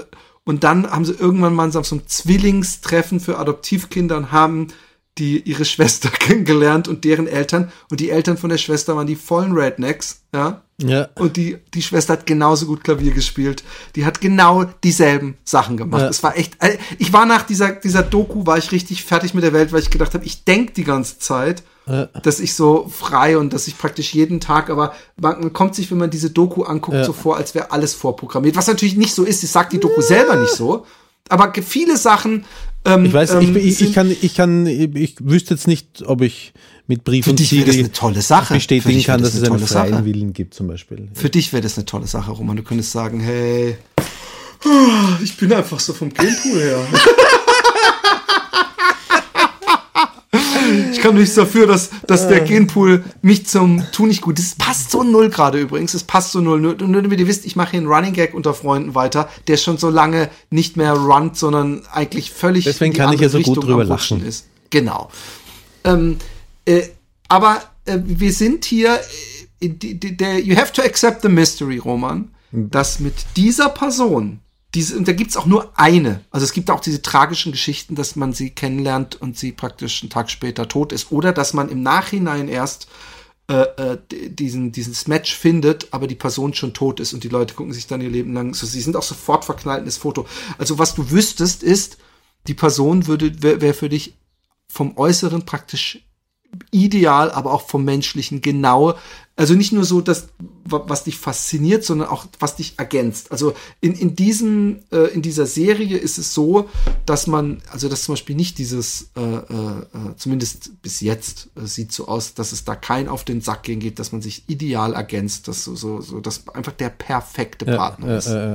Und dann haben sie irgendwann mal so ein Zwillingstreffen für Adoptivkinder und haben die ihre Schwester kennengelernt und deren Eltern. Und die Eltern von der Schwester waren die vollen Rednecks, ja. Ja. Und die, die Schwester hat genauso gut Klavier gespielt. Die hat genau dieselben Sachen gemacht. Ja. Es war echt, ich war nach dieser, dieser Doku, war ich richtig fertig mit der Welt, weil ich gedacht habe, ich denke die ganze Zeit, ja. dass ich so frei und dass ich praktisch jeden Tag, aber man kommt sich, wenn man diese Doku anguckt, ja. so vor, als wäre alles vorprogrammiert. Was natürlich nicht so ist, das sagt die Doku ja. selber nicht so. Aber viele Sachen, ähm, ich weiß, ähm, ich, ich kann, ich kann, ich wüsste jetzt nicht, ob ich mit Brief und Siegel bestätigen kann, dass es einen freien Sache. Willen gibt, zum Beispiel. Für dich wäre das eine tolle Sache, Roman. Du könntest sagen, hey, ich bin einfach so vom Genpool her. Ich kann nichts dafür, dass, dass der Genpool mich zum Tu nicht gut. Das passt so null gerade übrigens. Das passt so null. Nur, nur damit ihr wisst, ich mache hier einen Running Gag unter Freunden weiter, der schon so lange nicht mehr runnt, sondern eigentlich völlig Deswegen kann ich ja so Richtung gut drüber lachen. Ist. Genau. Ähm, äh, aber äh, wir sind hier, äh, die, die, der, you have to accept the mystery, Roman, mhm. dass mit dieser Person, diese, und da gibt's auch nur eine, also es gibt auch diese tragischen Geschichten, dass man sie kennenlernt und sie praktisch einen Tag später tot ist, oder dass man im Nachhinein erst äh, äh, diesen, dieses Match findet, aber die Person schon tot ist und die Leute gucken sich dann ihr Leben lang, so, sie sind auch sofort verknallt in das Foto. Also was du wüsstest ist, die Person würde, wäre wär für dich vom Äußeren praktisch ideal, aber auch vom Menschlichen genau. Also nicht nur so, dass was dich fasziniert, sondern auch was dich ergänzt. Also in in diesem äh, in dieser Serie ist es so, dass man, also dass zum Beispiel nicht dieses, äh, äh, zumindest bis jetzt äh, sieht so aus, dass es da kein auf den Sack gehen geht, dass man sich ideal ergänzt, dass so so so, dass einfach der perfekte Partner ja, ist. Äh, äh.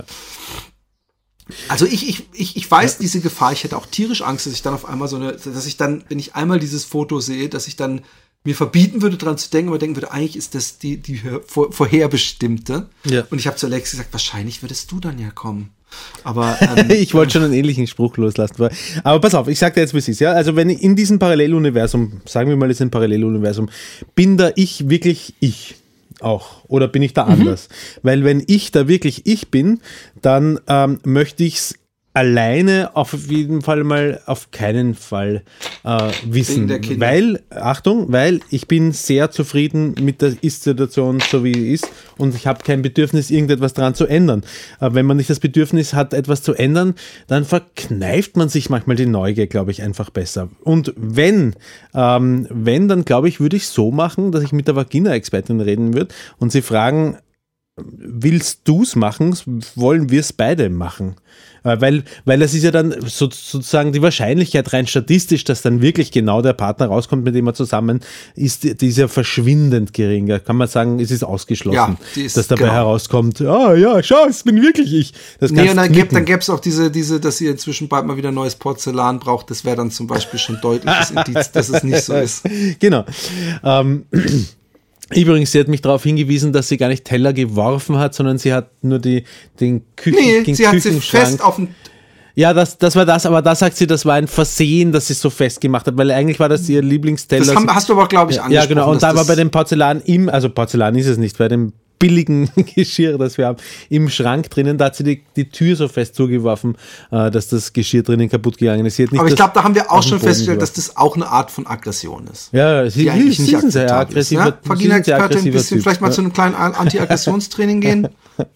Also ich, ich, ich, ich weiß diese Gefahr, ich hätte auch tierisch Angst, dass ich dann auf einmal so eine, dass ich dann, wenn ich einmal dieses Foto sehe, dass ich dann mir verbieten würde, dran zu denken, aber denken würde, eigentlich ist das die, die vor, vorherbestimmte. Ja. Und ich habe zu Alex gesagt, wahrscheinlich würdest du dann ja kommen. Aber ähm, ich wollte schon einen ähnlichen Spruch loslassen. Aber pass auf, ich sag dir jetzt, wie es ist. Ja? Also wenn ich in diesem Paralleluniversum, sagen wir mal, es ist ein Paralleluniversum, bin da ich wirklich ich. Auch. Oder bin ich da anders? Mhm. Weil wenn ich da wirklich ich bin, dann ähm, möchte ich es alleine auf jeden Fall mal auf keinen Fall äh, wissen. Weil, Achtung, weil ich bin sehr zufrieden mit der Ist-Situation, so wie sie ist, und ich habe kein Bedürfnis, irgendetwas dran zu ändern. Aber wenn man nicht das Bedürfnis hat, etwas zu ändern, dann verkneift man sich manchmal die Neugier, glaube ich, einfach besser. Und wenn, ähm, wenn, dann glaube ich, würde ich so machen, dass ich mit der Vagina-Expertin reden würde und sie fragen, willst du es machen? Wollen wir es beide machen? Weil, weil das ist ja dann so, sozusagen die Wahrscheinlichkeit rein statistisch, dass dann wirklich genau der Partner rauskommt, mit dem er zusammen ist, die ist ja verschwindend geringer. Kann man sagen, es ist ausgeschlossen, ja, ist, dass dabei genau. herauskommt, ah ja, schau, es bin wirklich ich. Das nee, und dann gäbe dann gäbe es auch diese, diese, dass ihr inzwischen bald mal wieder neues Porzellan braucht. Das wäre dann zum Beispiel schon deutliches Indiz, dass es nicht so ist. Genau. Ähm, Übrigens, sie hat mich darauf hingewiesen, dass sie gar nicht Teller geworfen hat, sondern sie hat nur die, den Küchen, nee, den sie hat sie fest auf den... Ja, das, das war das, aber da sagt sie, das war ein Versehen, dass sie es so festgemacht hat, weil eigentlich war das ihr Lieblingsteller. Das haben, hast du aber, glaube ich, angesprochen. Ja, genau, und da war bei dem Porzellan im, also Porzellan ist es nicht, bei dem billigen Geschirr, das wir haben, im Schrank drinnen, da hat sie die, die Tür so fest zugeworfen, äh, dass das Geschirr drinnen kaputt gegangen ist. Sie hat nicht aber ich glaube, da haben wir auch schon festgestellt, dass das auch eine Art von Aggression ist. Ja, sie, sie, sie sind sehr aggressiv. Ja? Vagina-Experte, ein bisschen, vielleicht mal zu einem kleinen Anti-Aggressionstraining gehen.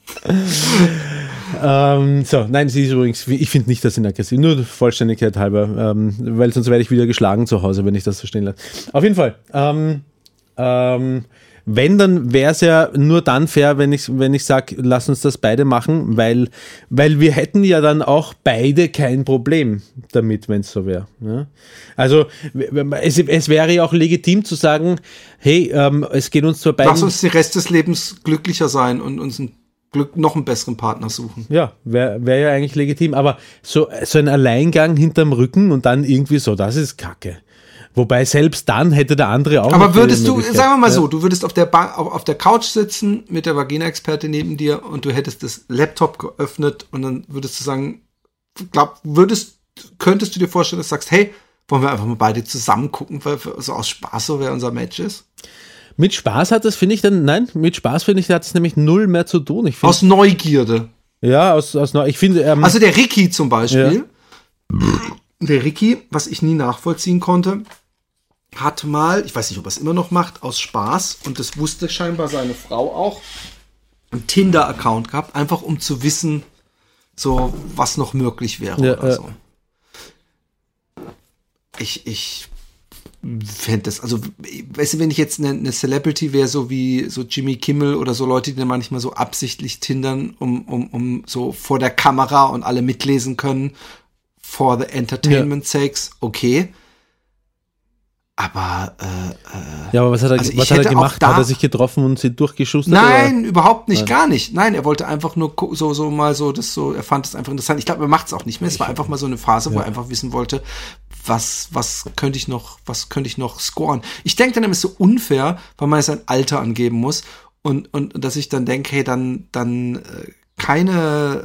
ähm, so, nein, sie ist übrigens, ich finde nicht, dass sie aggressiv, nur Vollständigkeit halber, ähm, weil sonst werde ich wieder geschlagen zu Hause, wenn ich das verstehen lasse. Auf jeden Fall, ähm, ähm, wenn, dann wäre es ja nur dann fair, wenn ich, wenn ich sage, lass uns das beide machen, weil, weil wir hätten ja dann auch beide kein Problem damit, wenn es so wäre. Ja? Also es, es wäre ja auch legitim zu sagen, hey, ähm, es geht uns zwar beiden... Lass uns den Rest des Lebens glücklicher sein und uns ein Glück noch einen besseren Partner suchen. Ja, wäre wär ja eigentlich legitim, aber so, so ein Alleingang hinterm Rücken und dann irgendwie so, das ist Kacke. Wobei selbst dann hätte der andere auch... Aber würdest du, sagen wir mal so, du würdest auf der, ba- auf, auf der Couch sitzen mit der Vagina-Experte neben dir und du hättest das Laptop geöffnet und dann würdest du sagen, glaub, würdest, könntest du dir vorstellen, dass du sagst, hey, wollen wir einfach mal beide zusammen gucken, weil so aus Spaß so wer unser Match ist? Mit Spaß hat das, finde ich dann, nein, mit Spaß finde ich, hat es nämlich null mehr zu tun. Ich find, aus Neugierde. Ja, aus, aus ich finde. Ähm, also der Ricky zum Beispiel. Ja. Der Ricky, was ich nie nachvollziehen konnte, hat mal, ich weiß nicht, ob er es immer noch macht, aus Spaß, und das wusste scheinbar seine Frau auch, einen Tinder-Account gehabt, einfach um zu wissen, so was noch möglich wäre ja, oder ja. so. Ich, ich fände das, also, weißt du, wenn ich jetzt eine, eine Celebrity wäre, so wie so Jimmy Kimmel oder so Leute, die dann manchmal so absichtlich tindern, um, um, um so vor der Kamera und alle mitlesen können, for the entertainment ja. sakes, okay. Aber, äh, äh, ja, aber was hat er, also was hat er gemacht? Hat er sich getroffen und sie durchgeschustert? Nein, oder? Überhaupt nicht, Nein. gar nicht. Nein, er wollte einfach nur so, so mal so, das so, er fand es einfach interessant. Ich glaube, er macht es auch nicht mehr. Es war einfach mal so eine Phase, ja. wo er einfach wissen wollte, was, was könnte ich noch, was könnte ich noch scoren? Ich denke dann immer, es ist so unfair, weil man sein Alter angeben muss und, und, und dass ich dann denke, hey, dann, dann, äh, keine,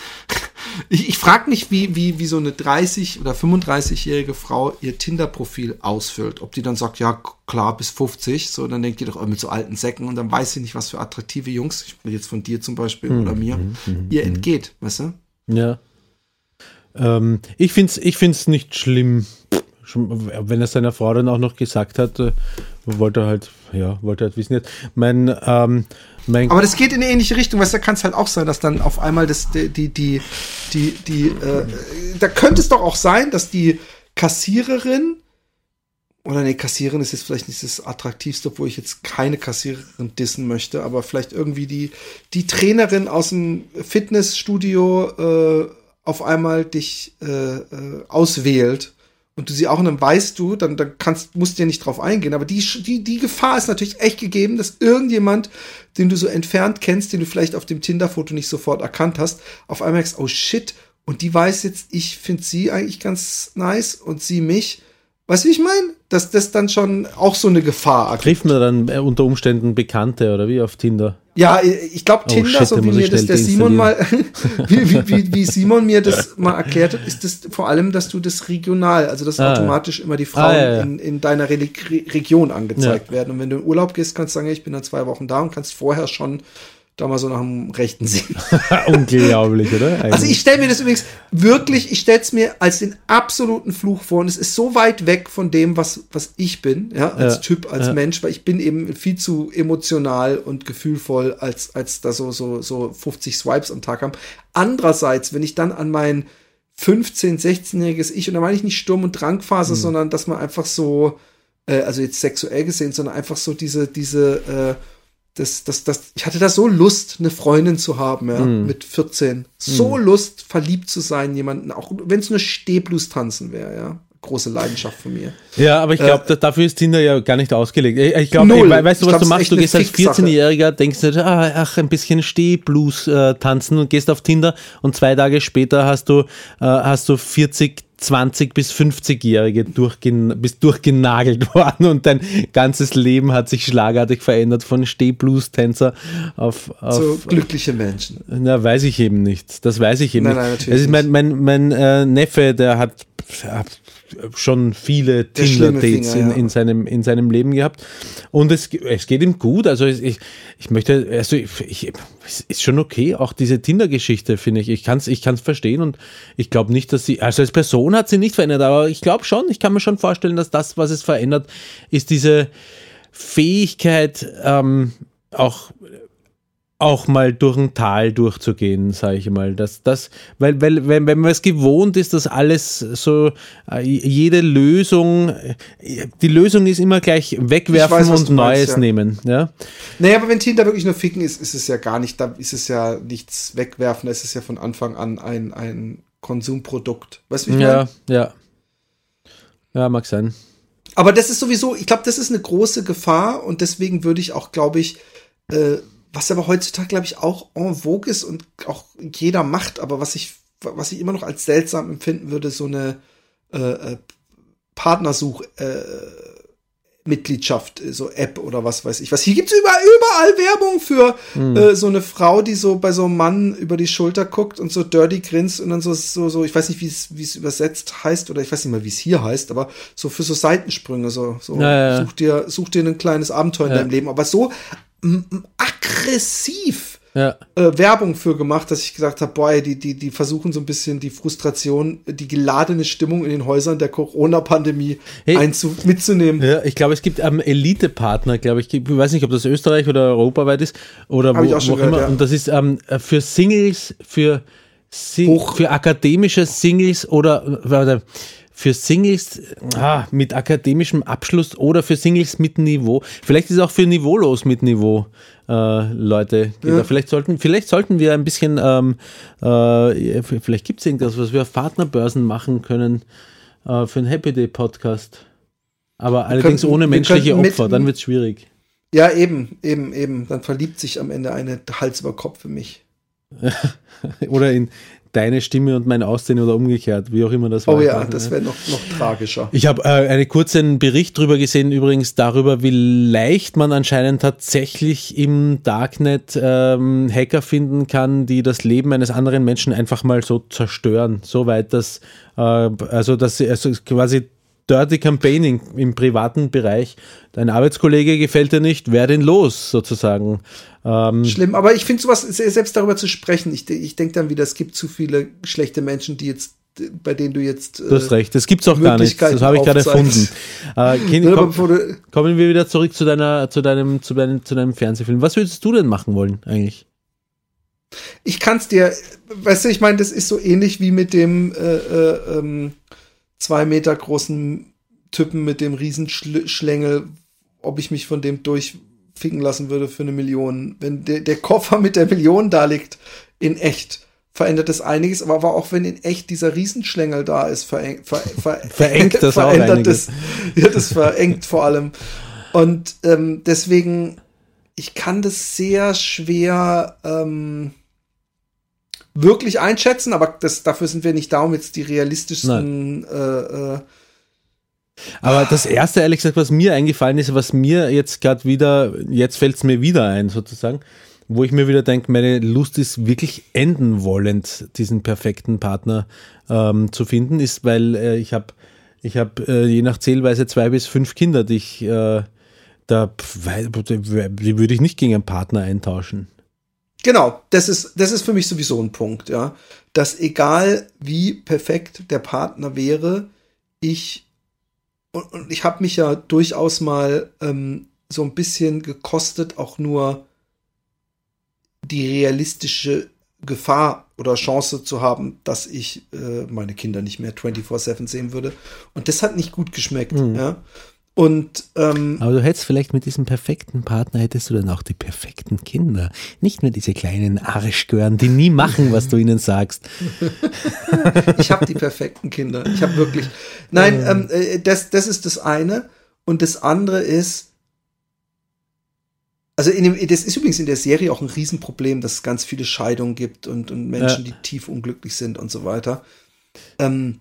ich, ich frage mich, wie, wie, wie so eine dreißig- oder fünfunddreißigjährige Frau ihr Tinder-Profil ausfüllt. Ob die dann sagt, ja, klar, bis fünfzig, so, dann denkt die doch mit so alten Säcken und dann weiß sie nicht, was für attraktive Jungs, ich will jetzt von dir zum Beispiel hm, oder mir, hm, hm, ihr hm. entgeht, weißt du? Ja. Ähm, ich find's, ich find's nicht schlimm, wenn er seiner Frau dann auch noch gesagt hat, äh, wollte er halt, ja, wollte halt wissen jetzt, mein, ähm, mein aber das geht in eine ähnliche Richtung, weißt du, da kann es halt auch sein, dass dann auf einmal das, die, die, die, die, die äh, da könnte es doch auch sein, dass die Kassiererin, oder nee, Kassiererin ist jetzt vielleicht nicht das Attraktivste, obwohl ich jetzt keine Kassiererin dissen möchte, aber vielleicht irgendwie die, die Trainerin aus dem Fitnessstudio äh, auf einmal dich äh, äh, auswählt und du sie auch, und dann weißt du, dann, dann kannst, musst du ja nicht drauf eingehen, aber die, die, die Gefahr ist natürlich echt gegeben, dass irgendjemand, den du so entfernt kennst, den du vielleicht auf dem Tinder-Foto nicht sofort erkannt hast, auf einmal merkst, oh shit, und die weiß jetzt, ich finde sie eigentlich ganz nice und sie mich. Weißt du, wie ich meine? Dass das dann schon auch so eine Gefahr ergibt. Trifft man dann äh, unter Umständen Bekannte oder wie auf Tinder? Ja, ich glaube, Tinder, oh, shit, so wie mir das der Simon mal, wie, wie, wie, wie Simon mir das mal erklärt hat, ist das vor allem, dass du das regional, also dass ah, automatisch ja. immer die Frauen ah, ja, ja. In, in deiner Re- Region angezeigt ja. werden. Und wenn du in Urlaub gehst, kannst du sagen, ich bin dann zwei Wochen da und kannst vorher schon da mal so nach dem Rechten sehen. Unglaublich, oder? Eigentlich. Also ich stelle mir das übrigens wirklich, ich stelle es mir als den absoluten Fluch vor, und es ist so weit weg von dem, was, was ich bin, ja, als ja. Typ, als ja. Mensch, weil ich bin eben viel zu emotional und gefühlvoll, als, als da so, so, so fünfzig Swipes am Tag haben. Andererseits, wenn ich dann an mein fünfzehn-, sechzehnjähriges Ich, und da meine ich nicht Sturm- und Drangphase, mhm. sondern dass man einfach so, äh, also jetzt sexuell gesehen, sondern einfach so diese, diese, äh, Das, das, das, ich hatte da so Lust, eine Freundin zu haben, ja, mm. mit vierzehn. So mm. Lust, verliebt zu sein, jemanden, auch wenn es nur Stehblues tanzen wäre, ja. Große Leidenschaft von mir. Ja, aber ich glaube, äh, dafür ist Tinder ja gar nicht ausgelegt. Ich, ich glaube, weißt du, was du machst? Du gehst als vierzehnjähriger, denkst du, ah, ach, ein bisschen Stehblues äh, tanzen und gehst auf Tinder und zwei Tage später hast du, äh, hast du vierzig, zwanzig bis fünfzigjährige durchgen- bist durchgenagelt worden und dein ganzes Leben hat sich schlagartig verändert von Stehblues-Tänzer auf, auf so glückliche Menschen. Na, weiß ich eben nicht. Das weiß ich eben nein, nicht. Nein, natürlich es ist mein, mein, mein äh, Neffe, der hat ja, schon viele Tinder-Dates in, ja. in, seinem, in seinem Leben gehabt und es, es geht ihm gut, also ich, ich möchte, also ich, ich, es ist schon okay, auch diese Tinder-Geschichte, finde ich, ich kann es ich kann's verstehen und ich glaube nicht, dass sie, also als Person hat sie nicht verändert, aber ich glaube schon, ich kann mir schon vorstellen, dass das, was es verändert, ist diese Fähigkeit, ähm, auch auch mal durch ein Tal durchzugehen, sage ich mal. Das, das, weil, weil, wenn, wenn man es gewohnt ist, dass alles so, jede Lösung, die Lösung ist immer gleich wegwerfen weiß, und Neues meinst, ja. nehmen. Ja? Naja, aber wenn Tinder wirklich nur ficken ist, ist es ja gar nicht, da ist es ja nichts wegwerfen, da ist es ja von Anfang an ein, ein Konsumprodukt. Weißt du, wie ich ja, meine? Ja, ja, mag sein. Aber das ist sowieso, ich glaube, das ist eine große Gefahr und deswegen würde ich auch, glaube ich, äh, was aber heutzutage, glaube ich, auch en vogue ist und auch jeder macht, aber was ich, was ich immer noch als seltsam empfinden würde, so eine äh, Partnersuch äh, Mitgliedschaft, so App oder was weiß ich was. Hier gibt's überall, überall Werbung für hm. äh, so eine Frau, die so bei so einem Mann über die Schulter guckt und so dirty grinst und dann so, so, so ich weiß nicht, wie es wie es übersetzt heißt oder ich weiß nicht mal, wie es hier heißt, aber so für so Seitensprünge, so, so ja, ja. such dir, such dir ein kleines Abenteuer in ja. deinem Leben, aber so m- aggressiv ja. äh, Werbung für gemacht, dass ich gesagt habe, boah, die, die, die versuchen so ein bisschen die Frustration, die geladene Stimmung in den Häusern der Corona-Pandemie hey, einzu- mitzunehmen. Ja, ich glaube, es gibt ähm, Elite-Partner, glaube ich. Ich weiß nicht, ob das Österreich oder europaweit ist oder Hab wo, ich auch schon wo gehört, immer. ja. Und das ist ähm, für Singles, für, Sing- für akademische Singles oder warte, für Singles ah, mit akademischem Abschluss oder für Singles mit Niveau. Vielleicht ist es auch für niveaulos mit Niveau, äh, Leute. Ja. Vielleicht, sollten, vielleicht sollten wir ein bisschen, ähm, äh, vielleicht gibt es irgendwas, was wir auf Partnerbörsen machen können äh, für einen Happy Day Podcast. Aber wir allerdings können, ohne menschliche Opfer, mit, dann wird es schwierig. Ja, eben, eben, eben. Dann verliebt sich am Ende eine Hals über Kopf für mich. Oder in deine Stimme und mein Aussehen oder umgekehrt, wie auch immer das war. Oh ja, das wäre noch, noch tragischer. Ich habe äh, einen kurzen Bericht drüber gesehen, übrigens darüber, wie leicht man anscheinend tatsächlich im Darknet ähm, Hacker finden kann, die das Leben eines anderen Menschen einfach mal so zerstören. Soweit, dass äh, also, dass sie also quasi Dirty Campaigning im privaten Bereich. Dein Arbeitskollege gefällt dir nicht, wer denn los, sozusagen. Ähm, Schlimm, aber ich finde sowas, selbst darüber zu sprechen, ich, ich denke dann wieder, es gibt zu viele schlechte Menschen, die jetzt, bei denen du jetzt Du hast recht, das gibt's auch gar nicht, das habe ich gerade erfunden. Äh, Kind, komm, kommen wir wieder zurück zu deiner, zu deinem, zu deinem, zu deinem Fernsehfilm. Was würdest du denn machen wollen, eigentlich? Ich kann's dir, weißt du, ich meine, das ist so ähnlich wie mit dem äh, äh, ähm, zwei Meter großen Typen mit dem Riesenschlängel, ob ich mich von dem durchficken lassen würde für eine Million. Wenn der, der Koffer mit der Million da liegt, in echt, verändert das einiges, aber auch wenn in echt dieser Riesenschlängel da ist, vereng, ver, ver, verengt das verändert auch einiges. Das, ja, das verengt vor allem. Und ähm, deswegen, ich kann das sehr schwer ähm, wirklich einschätzen, aber das, dafür sind wir nicht da, um jetzt die realistischsten äh, äh, aber das erste, ehrlich gesagt, was mir eingefallen ist, was mir jetzt gerade wieder, jetzt fällt es mir wieder ein, sozusagen, wo ich mir wieder denke, meine Lust ist wirklich enden wollend, diesen perfekten Partner ähm, zu finden, ist, weil äh, ich habe ich hab, äh, je nach Zählweise zwei bis fünf Kinder, die ich äh, da, weil, die würde ich nicht gegen einen Partner eintauschen. Genau, das ist, das ist für mich sowieso ein Punkt, ja. Dass egal wie perfekt der Partner wäre, ich, und, und ich habe mich ja durchaus mal ähm, so ein bisschen gekostet, auch nur die realistische Gefahr oder Chance zu haben, dass ich äh, meine Kinder nicht mehr vierundzwanzig sieben sehen würde. Und das hat nicht gut geschmeckt, mhm. ja. Und, ähm, aber du hättest vielleicht mit diesem perfekten Partner, hättest du dann auch die perfekten Kinder. Nicht nur diese kleinen Arschgören, die nie machen, was du ihnen sagst. Ich habe die perfekten Kinder. Ich habe wirklich. Nein, ähm, äh, das, das ist das eine. Und das andere ist, also in dem, das ist übrigens in der Serie auch ein Riesenproblem, dass es ganz viele Scheidungen gibt und, und Menschen, ja. die tief unglücklich sind und so weiter. Ähm,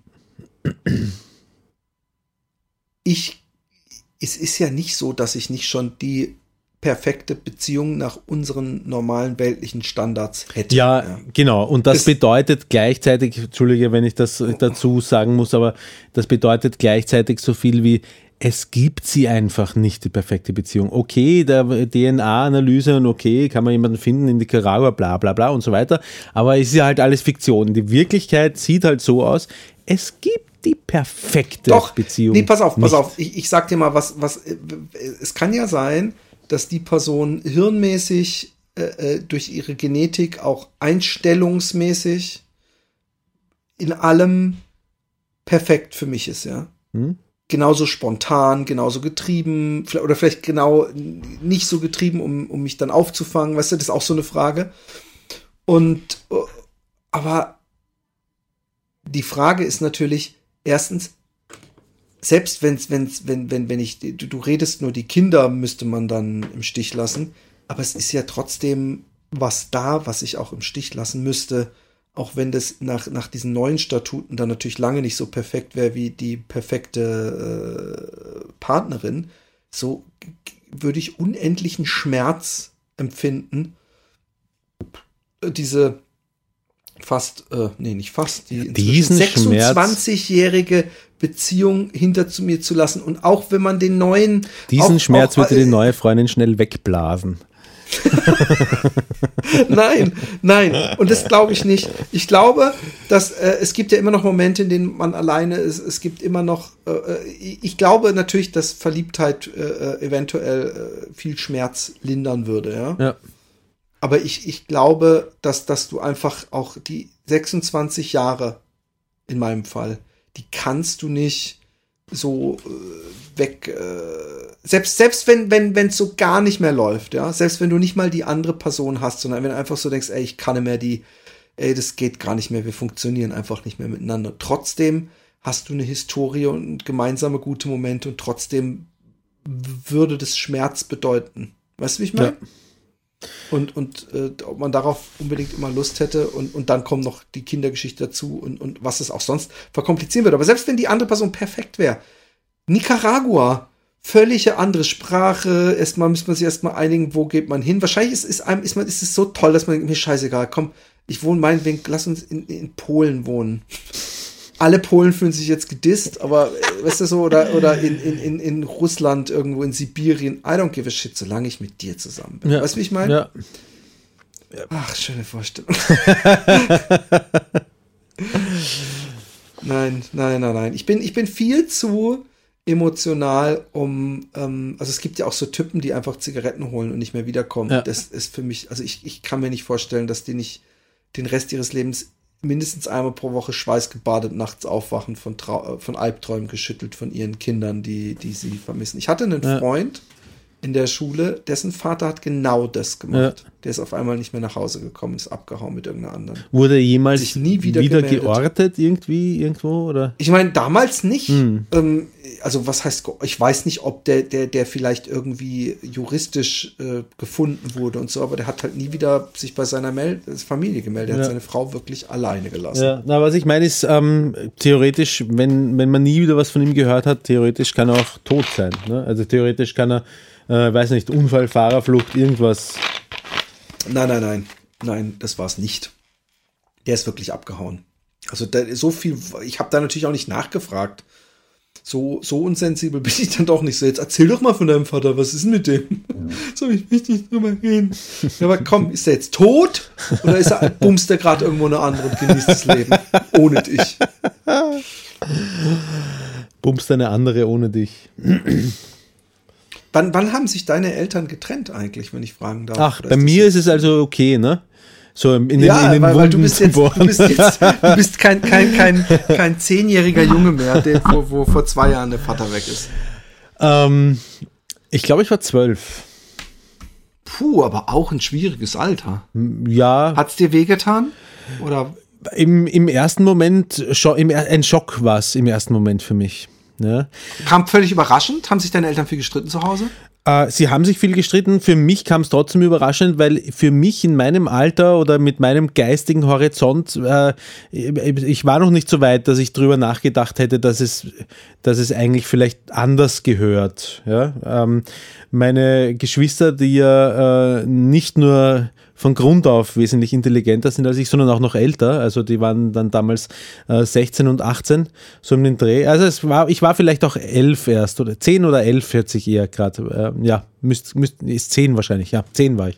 ich Es ist ja nicht so, dass ich nicht schon die perfekte Beziehung nach unseren normalen weltlichen Standards hätte. Ja, ja. Genau. Und das, das bedeutet gleichzeitig, Entschuldige, wenn ich das dazu sagen muss, aber das bedeutet gleichzeitig so viel wie, es gibt sie einfach nicht, die perfekte Beziehung. Okay, der D N A-Analyse und okay, kann man jemanden finden in Nicaragua, bla bla bla und so weiter, aber es ist ja halt alles Fiktion. Die Wirklichkeit sieht halt so aus, es gibt die perfekte Doch, Beziehung. Nee, pass auf, pass nicht. auf. Ich, ich sag dir mal, was, was, es kann ja sein, dass die Person hirnmäßig äh, durch ihre Genetik auch einstellungsmäßig in allem perfekt für mich ist, ja. Hm? Genauso spontan, genauso getrieben, oder vielleicht genau nicht so getrieben, um, um mich dann aufzufangen, weißt du, das ist auch so eine Frage. Und, aber die Frage ist natürlich, erstens, selbst wenn's, wenn's, wenn, wenn, wenn ich, du, du redest nur, die Kinder müsste man dann im Stich lassen, aber es ist ja trotzdem was da, was ich auch im Stich lassen müsste, auch wenn das nach, nach diesen neuen Statuten dann natürlich lange nicht so perfekt wäre wie die perfekte äh, Partnerin, so würde ich unendlichen Schmerz empfinden, diese fast, äh, nee, nicht fast, die Diesen sechsundzwanzigjährige Beziehung hinter zu mir zu lassen. Und auch wenn man den neuen... Diesen auch, Schmerz auch, wird dir die neue Freundin schnell wegblasen. Nein, nein. Und das glaube ich nicht. Ich glaube, dass äh, es gibt ja immer noch Momente, in denen man alleine ist. Es gibt immer noch, äh, ich glaube natürlich, dass Verliebtheit äh, eventuell äh, viel Schmerz lindern würde, ja. Ja. Aber ich, ich glaube, dass, dass du einfach auch die sechsundzwanzig Jahre, in meinem Fall, die kannst du nicht so äh, weg, äh, selbst, selbst wenn, wenn, wenn es so gar nicht mehr läuft, ja, selbst wenn du nicht mal die andere Person hast, sondern wenn du einfach so denkst, ey, ich kann nicht mehr die, ey, das geht gar nicht mehr, wir funktionieren einfach nicht mehr miteinander. Trotzdem hast du eine Historie und gemeinsame gute Momente und trotzdem würde das Schmerz bedeuten. Weißt du, wie ich meine? Ja. Und, und äh, ob man darauf unbedingt immer Lust hätte und, und dann kommt noch die Kindergeschichte dazu und, und was es auch sonst verkomplizieren würde. Aber selbst wenn die andere Person perfekt wäre, Nicaragua, völlige andere Sprache, erstmal müsste man sich erstmal einigen, wo geht man hin. Wahrscheinlich ist, ist einem, ist man, ist es so toll, dass man denkt, mir scheißegal, komm, ich wohne meinetwegen, lass uns in, in Polen wohnen. Alle Polen fühlen sich jetzt gedisst, aber weißt du so, oder, oder in, in, in, in Russland, irgendwo in Sibirien, I don't give a shit, solange ich mit dir zusammen bin. Ja. Weißt du, wie ich meine? Ja. Ach, schöne Vorstellung. Nein, nein, nein, nein. Ich bin, ich bin viel zu emotional, um, ähm, also es gibt ja auch so Typen, die einfach Zigaretten holen und nicht mehr wiederkommen. Ja. Das ist für mich, also ich, ich kann mir nicht vorstellen, dass die nicht den Rest ihres Lebens mindestens einmal pro Woche schweißgebadet nachts aufwachen, von, Trau- von Albträumen geschüttelt von ihren Kindern, die, die sie vermissen. Ich hatte einen ja. Freund in der Schule, dessen Vater hat genau das gemacht. Ja. Der ist auf einmal nicht mehr nach Hause gekommen, ist abgehauen mit irgendeiner anderen. Wurde er jemals sich nie wieder, wieder gemeldet. geortet irgendwie, irgendwo, oder? Ich meine, damals nicht. Hm. Ähm, also was heißt, ich weiß nicht, ob der, der, der vielleicht irgendwie juristisch äh, gefunden wurde und so, aber der hat halt nie wieder sich bei seiner Mel- Familie gemeldet. Er Ja. hat seine Frau wirklich alleine gelassen. Ja, na, was ich meine ist, ähm, theoretisch, wenn, wenn man nie wieder was von ihm gehört hat, theoretisch kann er auch tot sein. Ne? Also theoretisch kann er, äh, weiß nicht, Unfall, Fahrerflucht, irgendwas. Nein, nein, nein. Nein, das war es nicht. Der ist wirklich abgehauen. Also da, so viel, ich habe da natürlich auch nicht nachgefragt. So, so unsensibel bin ich dann doch nicht so. Jetzt erzähl doch mal von deinem Vater, was ist denn mit dem? Ja. So, ich möchte nicht drüber reden. Ja, aber komm, ist er jetzt tot? Oder ist er, bumst er gerade irgendwo eine andere und genießt das Leben? Ohne dich. Bumst eine andere ohne dich. Wann, wann haben sich deine Eltern getrennt eigentlich, wenn ich fragen darf? Ach, Oder bei ist mir ist es also okay, ne? So in den, ja, in den weil, weil du Wunden bist jetzt, bohren. du bist jetzt, du bist kein, kein, kein, kein zehnjähriger Junge mehr, der, wo, wo vor zwei Jahren der Vater weg ist. Ähm, ich glaube, ich war zwölf. Puh, aber auch ein schwieriges Alter. Ja. Hat's dir wehgetan? Oder? Im, im ersten Moment, scho- im, ein Schock war es im ersten Moment für mich. Ne? Kam völlig überraschend? Haben sich deine Eltern viel gestritten zu Hause? Äh, sie haben sich viel gestritten. Für mich kam es trotzdem überraschend, weil für mich in meinem Alter oder mit meinem geistigen Horizont, äh, ich war noch nicht so weit, dass ich drüber nachgedacht hätte, dass es, dass es eigentlich vielleicht anders gehört. Ja? Ähm, meine Geschwister, die ja äh, nicht nur von Grund auf wesentlich intelligenter sind als ich, sondern auch noch älter. Also die waren dann damals äh, sechzehn und achtzehn, so um den Dreh. Also es war, ich war vielleicht auch elf erst oder zehn oder elf, hört sich eher gerade. Äh, ja, müsst, müsst, ist zehn wahrscheinlich, ja, zehn war ich.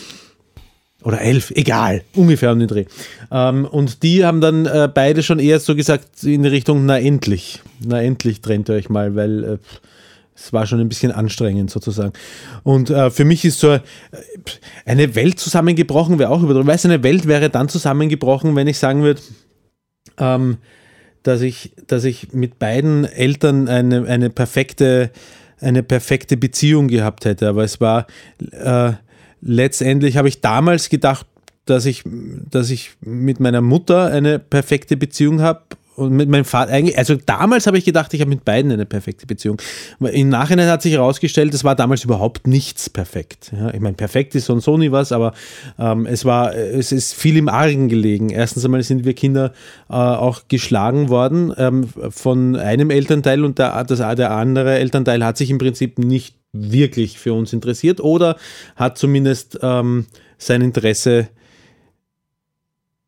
Oder elf, egal, ungefähr um den Dreh. Ähm, und die haben dann äh, beide schon eher so gesagt in die Richtung, na endlich, na endlich trennt ihr euch mal, weil äh, es war schon ein bisschen anstrengend sozusagen. Und äh, für mich ist so äh, eine Welt zusammengebrochen, wäre auch übertrieben. Weißt du, eine Welt wäre dann zusammengebrochen, wenn ich sagen würde, ähm, dass ich, dass ich mit beiden Eltern eine, eine perfekte, eine perfekte Beziehung gehabt hätte. Aber es war äh, letztendlich, habe ich damals gedacht, dass ich, dass ich mit meiner Mutter eine perfekte Beziehung habe. Und mit meinem Vater, eigentlich, also damals habe ich gedacht, ich habe mit beiden eine perfekte Beziehung. Im Nachhinein hat sich herausgestellt, es war damals überhaupt nichts perfekt. Ja, ich meine, perfekt ist so und so nie was, aber ähm, es war, es ist viel im Argen gelegen. Erstens einmal sind wir Kinder äh, auch geschlagen worden ähm, von einem Elternteil und der, das, der andere Elternteil hat sich im Prinzip nicht wirklich für uns interessiert oder hat zumindest ähm, sein Interesse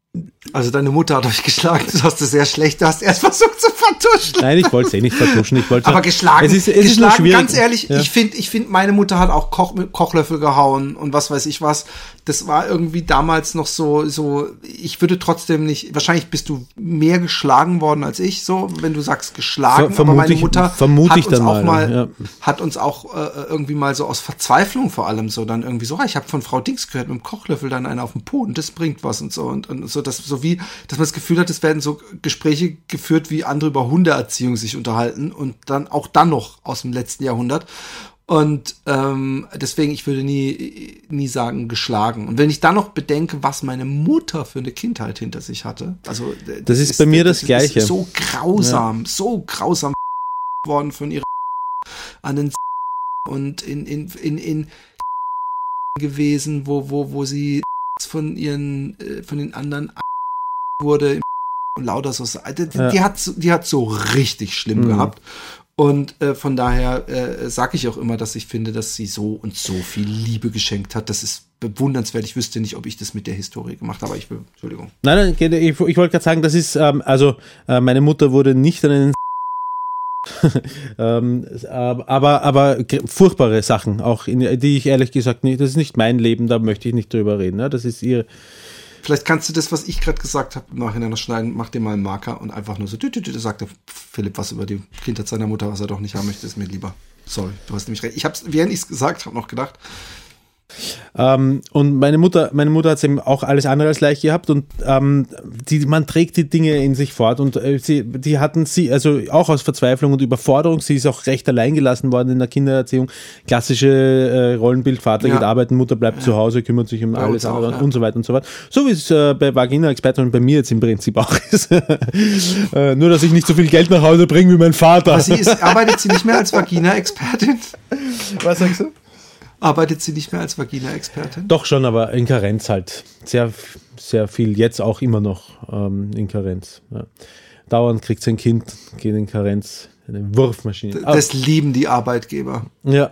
Also deine Mutter hat euch geschlagen, du hast es sehr schlecht, du hast erst versucht zu vertuschen. Nein, ich wollte es eh nicht vertuschen. Ich wollte Aber geschlagen, es ist, es geschlagen ist ganz ehrlich, ja. ich finde, ich find, meine Mutter hat auch Koch, mit Kochlöffel gehauen und was weiß ich was. Das war irgendwie damals noch so, so, ich würde trotzdem nicht, wahrscheinlich bist du mehr geschlagen worden als ich, so, wenn du sagst geschlagen, Ver, aber meine ich, Mutter hat uns auch mal, mal, ja. hat uns auch äh, irgendwie mal so aus Verzweiflung vor allem so dann irgendwie so, ah, ich habe von Frau Dings gehört, mit dem Kochlöffel dann einen auf den Po und das bringt was und so und, und so, das so wie, dass man das Gefühl hat, es werden so Gespräche geführt, wie andere über Hundeerziehung sich unterhalten und dann auch dann noch aus dem letzten Jahrhundert. Und ähm, deswegen, ich würde nie, nie sagen, geschlagen. Und wenn ich dann noch bedenke, was meine Mutter für eine Kindheit hinter sich hatte, also das, das ist bei mir das, das Gleiche. Ist so grausam, ja. so grausam worden von ihrer an den und in in in in gewesen, wo wo wo sie von ihren von den anderen wurde und lauter so, die, ja. die hat die hat so richtig schlimm mhm. gehabt. Und äh, von daher äh, sage ich auch immer, dass ich finde, dass sie so und so viel Liebe geschenkt hat. Das ist bewundernswert. Ich wüsste nicht, ob ich das mit der Historie gemacht habe, aber ich will, Entschuldigung. Nein, nein, ich, ich wollte gerade sagen, das ist, ähm, also äh, meine Mutter wurde nicht an einen ähm, aber, aber furchtbare Sachen, auch in, die ich ehrlich gesagt nicht, das ist nicht mein Leben, da möchte ich nicht drüber reden. Ne? Das ist ihr. Vielleicht kannst du das, was ich gerade gesagt habe, im Nachhinein noch schneiden, mach dir mal einen Marker und einfach nur so, da sagt der Philipp was über die Kindheit seiner Mutter, was er doch nicht haben möchte, ist mir lieber. Sorry, du hast nämlich recht. Ich hab's, während ich es gesagt habe, noch gedacht. Ähm, und meine Mutter, meine Mutter hat es eben auch alles andere als leicht gehabt und ähm, die, man trägt die Dinge in sich fort und äh, sie, die hatten sie, also auch aus Verzweiflung und Überforderung, sie ist auch recht allein gelassen worden in der Kindererziehung, klassische äh, Rollenbild, Vater ja. geht arbeiten, Mutter bleibt ja. zu Hause, kümmert sich um bei alles andere auch, ja. und so weiter und so fort. So wie es äh, bei Vagina-Experten und bei mir jetzt im Prinzip auch ist. äh, nur, dass ich nicht so viel Geld nach Hause bringe wie mein Vater. Aber sie ist, arbeitet sie nicht mehr als Vagina-Expertin? Was sagst du? Arbeitet sie nicht mehr als Vagina-Expertin? Doch schon, aber in Karenz halt. Sehr, sehr viel, jetzt auch immer noch ähm, in Karenz. Ja. Dauernd kriegt sie ein Kind, geht in Karenz, eine Wurfmaschine. Das aber, lieben die Arbeitgeber. Ja.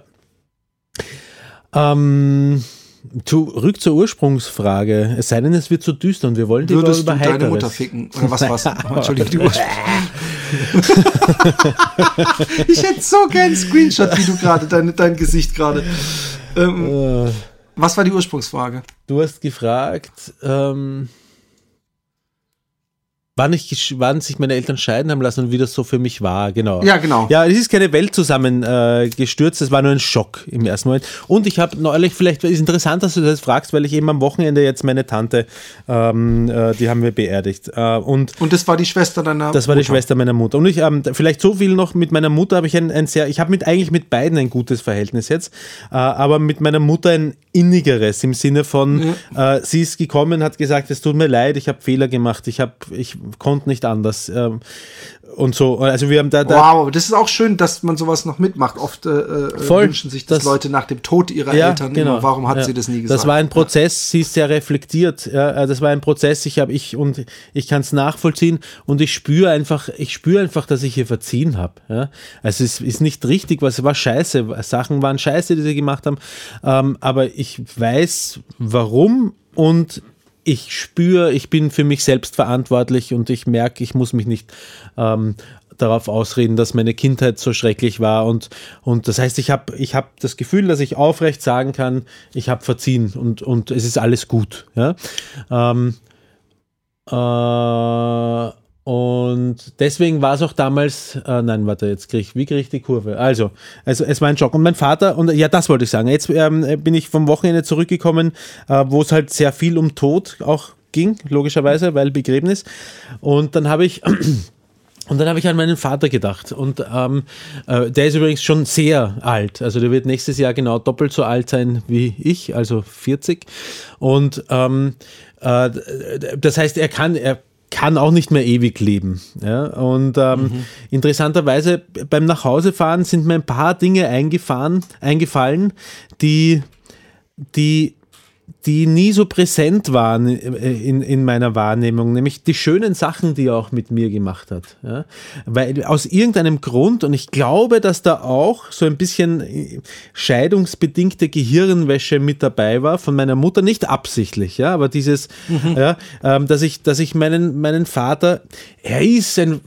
Ähm, zurück zur Ursprungsfrage. Es sei denn, es wird zu so düster und wir wollen lieber Würdest über du Heiteres. deine Mutter ficken? Oder was war's? Entschuldigung, die Ursprung. Ich hätte so gern einen Screenshot, wie du gerade, dein, dein Gesicht gerade. Ähm, uh, was war die Ursprungsfrage? Du hast gefragt, ähm, wann, ich, wann sich meine Eltern scheiden haben lassen und wie das so für mich war, genau. Ja, genau. Ja, es ist keine Welt zusammengestürzt, äh, es war nur ein Schock im ersten Moment. Und ich habe neulich, vielleicht ist interessant, dass du das fragst, weil ich eben am Wochenende jetzt meine Tante, ähm, äh, die haben wir beerdigt. Äh, und, und das war die Schwester deiner Das war Mutter. die Schwester meiner Mutter. Und ich, ähm, vielleicht so viel noch mit meiner Mutter, habe ich ein, ein sehr, ich habe mit eigentlich mit beiden ein gutes Verhältnis jetzt, äh, aber mit meiner Mutter ein innigeres, im Sinne von, ja. äh, sie ist gekommen, hat gesagt, es tut mir leid, ich habe Fehler gemacht, ich habe, ich konnte nicht anders. Ähm, und so, also wir haben da, da wow, aber das ist auch schön, dass man sowas noch mitmacht. Oft äh, voll, wünschen sich das, das Leute nach dem Tod ihrer ja, Eltern genau, immer, warum hat ja. sie das nie gesagt? Das war ein Prozess, ja. sie ist sehr reflektiert. Ja, das war ein Prozess, ich habe ich und ich kann es nachvollziehen und ich spüre einfach, ich spüre einfach, dass ich ihr verziehen habe. Ja? Also es ist nicht richtig, was war scheiße, Sachen waren scheiße, die sie gemacht haben, ähm, aber ich weiß, warum und ich spüre, ich bin für mich selbst verantwortlich und ich merke, ich muss mich nicht ähm, darauf ausreden, dass meine Kindheit so schrecklich war und, und das heißt, ich habe ich hab das Gefühl, dass ich aufrecht sagen kann, ich habe verziehen und, und es ist alles gut. Ja? Ähm, äh, und deswegen war es auch damals, äh, nein, warte, jetzt kriege ich, wie kriege ich die Kurve? Also, also es war ein Schock. Und mein Vater, und ja, das wollte ich sagen, jetzt ähm, bin ich vom Wochenende zurückgekommen, äh, wo es halt sehr viel um Tod auch ging, logischerweise, weil Begräbnis. Und dann habe ich... Und dann habe ich an meinen Vater gedacht und ähm, äh, der ist übrigens schon sehr alt, also der wird nächstes Jahr genau doppelt so alt sein wie ich, also vierzig und ähm, äh, das heißt, er kann, er kann auch nicht mehr ewig leben. Ja? Und ähm, mhm. interessanterweise beim Nachhausefahren sind mir ein paar Dinge eingefahren, eingefallen, die, die die nie so präsent waren in, in meiner Wahrnehmung, nämlich die schönen Sachen, die er auch mit mir gemacht hat. Ja? Weil aus irgendeinem Grund, und ich glaube, dass da auch so ein bisschen scheidungsbedingte Gehirnwäsche mit dabei war von meiner Mutter, nicht absichtlich, ja, aber dieses, mhm. ja, ähm, dass ich, dass ich meinen, meinen Vater, er ist ein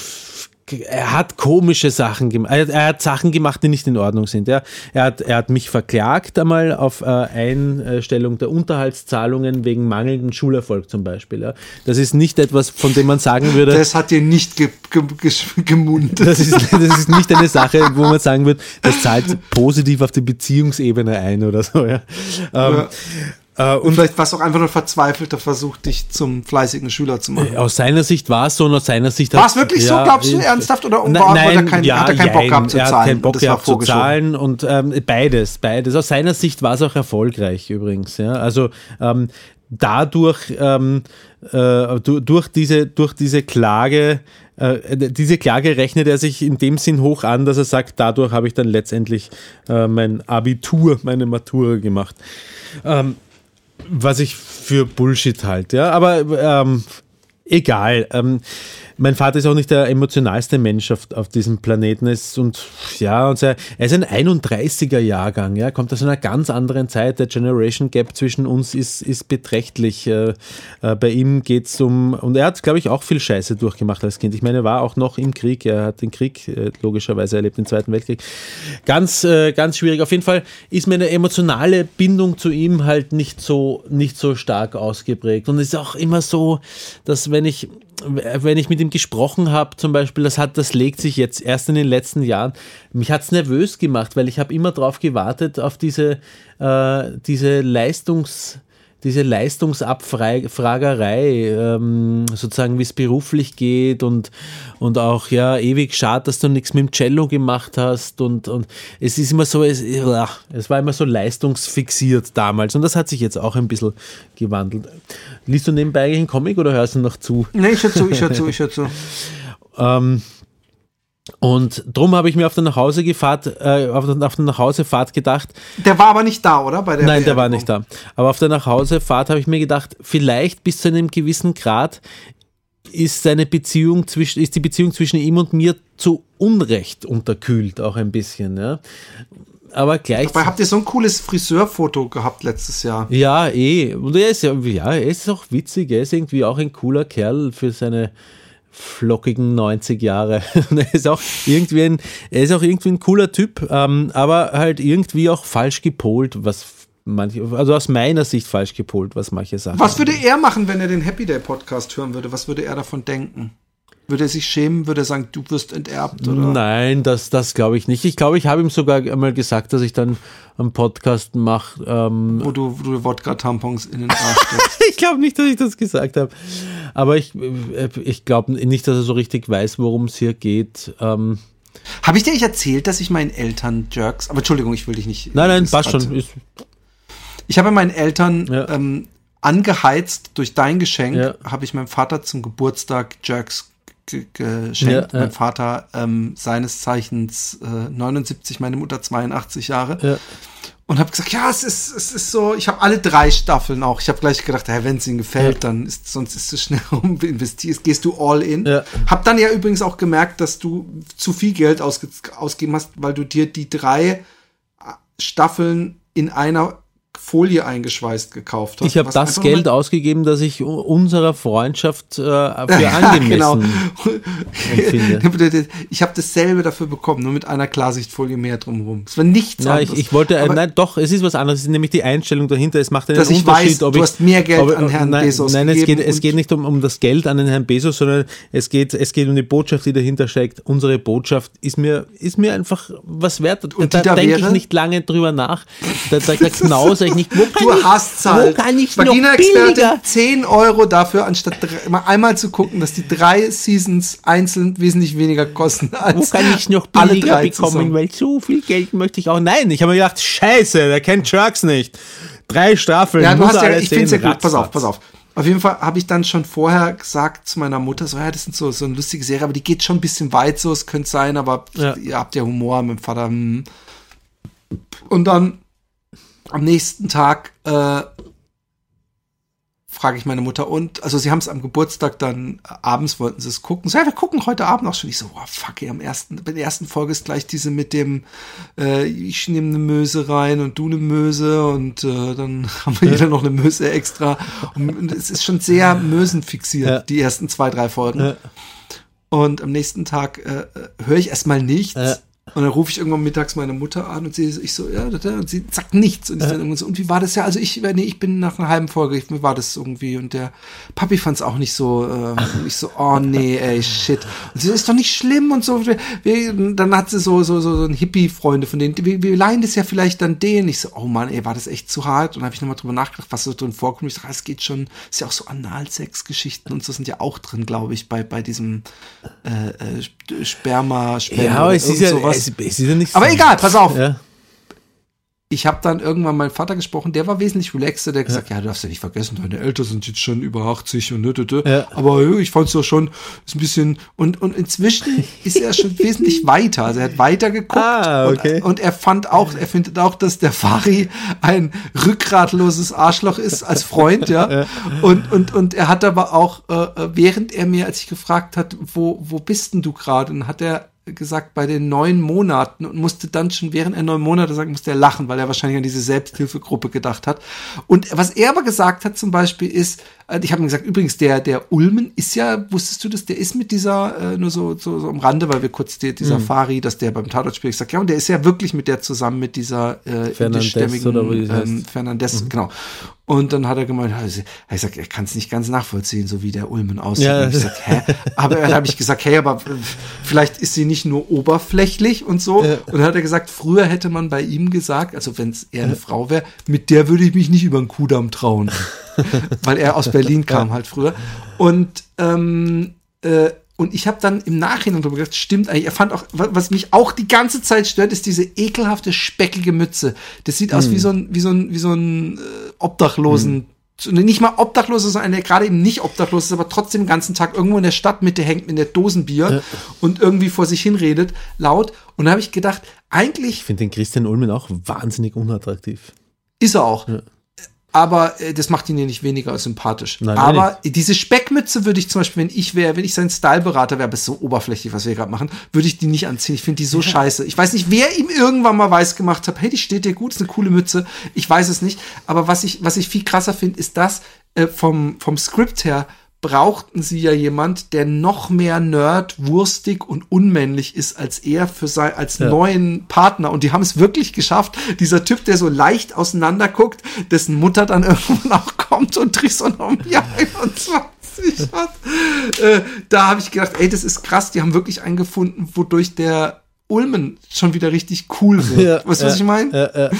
Er hat komische Sachen gemacht. Er hat Sachen gemacht, die nicht in Ordnung sind. Er, er, hat, er hat mich verklagt einmal auf äh, Einstellung der Unterhaltszahlungen wegen mangelndem Schulerfolg zum Beispiel. Ja. Das ist nicht etwas, von dem man sagen würde. Das hat dir nicht ge, ge, ge, gemundet. Das ist, das ist nicht eine Sache, wo man sagen würde, das zahlt positiv auf die Beziehungsebene ein oder so. Ja. Ähm, ja. Uh, und vielleicht war es auch einfach nur verzweifelter Versuch, dich zum fleißigen Schüler zu machen. Aus seiner Sicht war es so, und aus seiner Sicht war es wirklich ja, so, glaubst du, ernsthaft? Oder nein, war, nein, er kein, ja, hat er keinen Bock gehabt zu er zahlen? Hat keinen Bock gehabt zu zahlen und ähm, beides, beides. Aus seiner Sicht war es auch erfolgreich übrigens. Ja? Also ähm, dadurch, ähm, äh, durch, diese, durch diese Klage, äh, diese Klage rechnet er sich in dem Sinn hoch an, dass er sagt, dadurch habe ich dann letztendlich äh, mein Abitur, meine Matura gemacht. Ähm, Was ich für Bullshit halte, ja, aber ähm, egal. Ähm, mein Vater ist auch nicht der emotionalste Mensch auf, auf diesem Planeten. Ist und ja, und er ist ein einunddreißiger Jahrgang, ja, kommt aus einer ganz anderen Zeit. Der Generation Gap zwischen uns ist, ist beträchtlich. Äh, äh, bei ihm geht es um, und er hat, glaube ich, auch viel Scheiße durchgemacht als Kind. Ich meine, er war auch noch im Krieg, er hat den Krieg äh, logischerweise erlebt, den Zweiten Weltkrieg. Ganz, äh, ganz schwierig. Auf jeden Fall ist meine emotionale Bindung zu ihm halt nicht so, nicht so stark ausgeprägt. Und es ist auch immer so, dass wenn ich wenn ich mit ihm gesprochen habe, zum Beispiel, das hat, das legt sich jetzt erst in den letzten Jahren, mich hat es nervös gemacht, weil ich habe immer darauf gewartet, auf diese, äh, diese Leistungs- diese Leistungsabfragerei, ähm, sozusagen wie es beruflich geht und, und auch, ja, ewig schade, dass du nichts mit dem Cello gemacht hast und, und es ist immer so, es, es war immer so leistungsfixiert damals und das hat sich jetzt auch ein bisschen gewandelt. Liest du nebenbei eigentlich einen Comic oder hörst du noch zu? Nee, ich höre zu, ich höre zu, ich höre zu. ähm, Und drum habe ich mir auf der Nachhausefahrt, äh, auf der, auf der Nachhausefahrt gedacht. Der war aber nicht da, oder? Bei der Nein, der war nicht da. Aber auf der Nachhausefahrt habe ich mir gedacht, vielleicht bis zu einem gewissen Grad ist seine Beziehung zwischen, ist die Beziehung zwischen ihm und mir zu Unrecht unterkühlt, auch ein bisschen, ja. Aber gleich. Dabei habt ihr so ein cooles Friseurfoto gehabt letztes Jahr. Ja, eh. Und er ist ja, ja, er ist auch witzig, er ist irgendwie auch ein cooler Kerl für seine flockigen neunzig Jahre. er ist auch irgendwie ein, er ist auch irgendwie ein cooler Typ, ähm, aber halt irgendwie auch falsch gepolt, was manche, also aus meiner Sicht falsch gepolt, was manche sagen. Was würde er machen, wenn er den Happy Day Podcast hören würde? Was würde er davon denken? Würde er sich schämen? Würde er sagen, du wirst enterbt? Oder? Nein, das, das glaube ich nicht. Ich glaube, ich habe ihm sogar einmal gesagt, dass ich dann einen Podcast mache. Ähm wo du, wo du Wodka-Tampons in den Arsch steckst. Ich glaube nicht, dass ich das gesagt habe. Aber ich, ich glaube nicht, dass er so richtig weiß, worum es hier geht. Ähm habe ich dir nicht erzählt, dass ich meinen Eltern Jerks... Aber Entschuldigung, ich will dich nicht... Nein, nein, passt schon. Ist ich habe meinen Eltern... Ja. Ähm, angeheizt durch dein Geschenk, ja. habe ich meinem Vater zum Geburtstag Jerks g- geschenkt. Ja, mein ja. Vater, ähm, seines Zeichens äh, neunundsiebzig, meine Mutter zweiundachtzig Jahre. Ja. Und habe gesagt, ja, es ist, es ist so, ich habe alle drei Staffeln auch. Ich habe gleich gedacht, hey, wenn es ihnen gefällt, ja. dann ist, sonst ist es schnell rum, investierst, gehst du all in. Ja. Hab dann ja übrigens auch gemerkt, dass du zu viel Geld ausge- ausgegeben hast, weil du dir die drei Staffeln in einer Folie eingeschweißt gekauft hast. Ich habe das Geld ausgegeben, das ich unserer Freundschaft äh, für angemessen genau. empfinde. Ich habe dasselbe dafür bekommen, nur mit einer Klarsichtfolie mehr drumherum. Es war nichts ja, anderes. Ich, ich wollte, äh, nein, doch, es ist was anderes. Es ist nämlich die Einstellung dahinter. Es macht einen dass Unterschied, ich weiß, ob du ich, hast mehr Geld ob, an Herrn nein, Bezos Nein, es gegeben geht, es geht nicht um, um das Geld an den Herrn Bezos, sondern es geht, es geht um die Botschaft, die dahinter steckt. Unsere Botschaft ist mir, ist mir einfach was wert. Und da da denke ich wäre? nicht lange drüber nach. Da, da, da knause ich nicht. Wo kann Du ich, hast halt wo kann ich noch Vagina-Experte billiger? zehn Euro dafür, anstatt drei, mal einmal zu gucken, dass die drei Seasons einzeln wesentlich weniger kosten als Wo kann ich noch alle billiger drei bekommen? zusammen. Weil so viel Geld möchte ich auch. Nein, ich habe mir gedacht, scheiße, der kennt Jerks nicht. Drei Staffeln. Ja, du muss hast er ja, alles ich finde es ja sehen, gut. Pass auf, ratzfatz. pass auf. Auf jeden Fall habe ich dann schon vorher gesagt zu meiner Mutter, so, ja, das sind so, so eine lustige Serie, aber die geht schon ein bisschen weit, so, es könnte sein, aber Ja. ihr habt ja Humor mit dem Vater. Hm. Und dann am nächsten Tag äh, frage ich meine Mutter und, also sie haben es am Geburtstag dann, äh, abends wollten sie es gucken. So, ja, wir gucken heute Abend auch schon. Ich so, wow, fuck, ey, am ersten, bei der ersten Folge ist gleich diese mit dem, äh, ich nehme eine Möse rein und du eine Möse und äh, dann haben wir jeder noch eine Möse extra. Und, und es ist schon sehr mösenfixiert, Ja. die ersten zwei, drei Folgen. Ja. Und am nächsten Tag äh, höre ich erstmal nichts. Ja. Und dann rufe ich irgendwann mittags meine Mutter an und sie, ich so, ja, da, da, und sie sagt nichts. Und ich dann irgendwann so, und wie war das ja? Also ich, nee, ich bin nach einer halben Folge, ich, mir war das irgendwie. Und der Papi fand es auch nicht so, ähm, ich so, oh nee, ey, shit. Und sie so, ist doch nicht schlimm und so. Wir, dann hat sie so, so, so, so ein Hippie-Freunde von denen, wir, wir leihen das ja vielleicht dann denen. Ich so, oh Mann, ey, war das echt zu hart? Und dann habe ich nochmal drüber nachgedacht, was so drin vorkommt. Ich dachte, es geht schon, ist ja auch so Analsex-Geschichten und so sind ja auch drin, glaube ich, bei, bei diesem äh, äh, Sperma, Sperma Ja, aber es ist ja, sowas. es, es ist ja nicht Aber so. egal, pass auf. Ja. Ich habe dann irgendwann meinen Vater gesprochen, der war wesentlich relaxter, der hat gesagt, ja, du darfst ja nicht vergessen, deine Eltern sind jetzt schon über achtzig und nö, nö, nö. Ja. Aber ja, ich fand's doch schon, ist ein bisschen, und, und inzwischen ist er schon wesentlich weiter, also er hat weiter geguckt Ah, okay. und, und er fand auch, er findet auch, dass der Fari ein rückgratloses Arschloch ist als Freund, ja, und, und, und er hat aber auch, äh, während er mir, als ich gefragt hat, wo, wo bist denn du gerade, und hat er gesagt, bei den neun Monaten und musste dann schon, während er neun Monate sagt, musste er lachen, weil er wahrscheinlich an diese Selbsthilfegruppe gedacht hat. Und was er aber gesagt hat zum Beispiel ist, ich habe ihm gesagt, übrigens, der der Ulmen ist ja, wusstest du das, der ist mit dieser, äh, nur so, so so am Rande, weil wir kurz die, dieser Mhm. Fari, dass der beim Tatort spielt, ich sag, ja, und der ist ja wirklich mit der zusammen, mit dieser äh, Fernandez indischstämmigen oder wie die ähm, heißt. Fernandez, genau. Und dann hat er gemeint, also, ich sag, er kann es nicht ganz nachvollziehen, so wie der Ulmen aussieht. Ja. Und ich sag, hä? Aber dann habe ich gesagt, hey, aber vielleicht ist sie nicht nur oberflächlich und so. Ja. Und dann hat er gesagt, früher hätte man bei ihm gesagt, also wenn es eher eine Frau wäre, mit der würde ich mich nicht über den Kudamm trauen. Weil er aus Berlin kam halt früher. Und ähm, äh, und ich habe dann im Nachhinein drüber gedacht, stimmt eigentlich, er fand auch, was mich auch die ganze Zeit stört, ist diese ekelhafte, speckige Mütze. Das sieht aus Mhm. wie so ein, wie so ein, wie so ein äh, Obdachlosen, so, nicht mal Obdachloser, sondern einer, der gerade eben nicht obdachlos ist, aber trotzdem den ganzen Tag irgendwo in der Stadtmitte hängt mit der Dosenbier Ja. und irgendwie vor sich hinredet, laut. Und da habe ich gedacht, eigentlich Ich finde den Christian Ulmen auch wahnsinnig unattraktiv. ist er auch. Ja. Aber äh, das macht ihn ja nicht weniger sympathisch. Nein, aber diese Speckmütze würde ich zum Beispiel, wenn ich wäre, wenn ich sein Styleberater wäre, aber ist so oberflächlich, was wir gerade machen, würde ich die nicht anziehen. Ich finde die so scheiße. Ich weiß nicht, wer ihm irgendwann mal weiß gemacht hat, hey, die steht dir gut, ist eine coole Mütze. Ich weiß es nicht. Aber was ich, was ich viel krasser finde, ist das, äh, vom, vom Skript her, brauchten sie ja jemand, der noch mehr Nerd, wurstig und unmännlich ist als er für sein, als Ja. neuen Partner. Und die haben es wirklich geschafft. Dieser Typ, der so leicht auseinander guckt, dessen Mutter dann irgendwann auch kommt und Trisonomie einundzwanzig hat. Äh, da habe ich gedacht, ey, das ist krass. Die haben wirklich einen gefunden, wodurch der Ulmen schon wieder richtig cool wird. Ja, weißt du, was ja, ich meine? Ja, ja.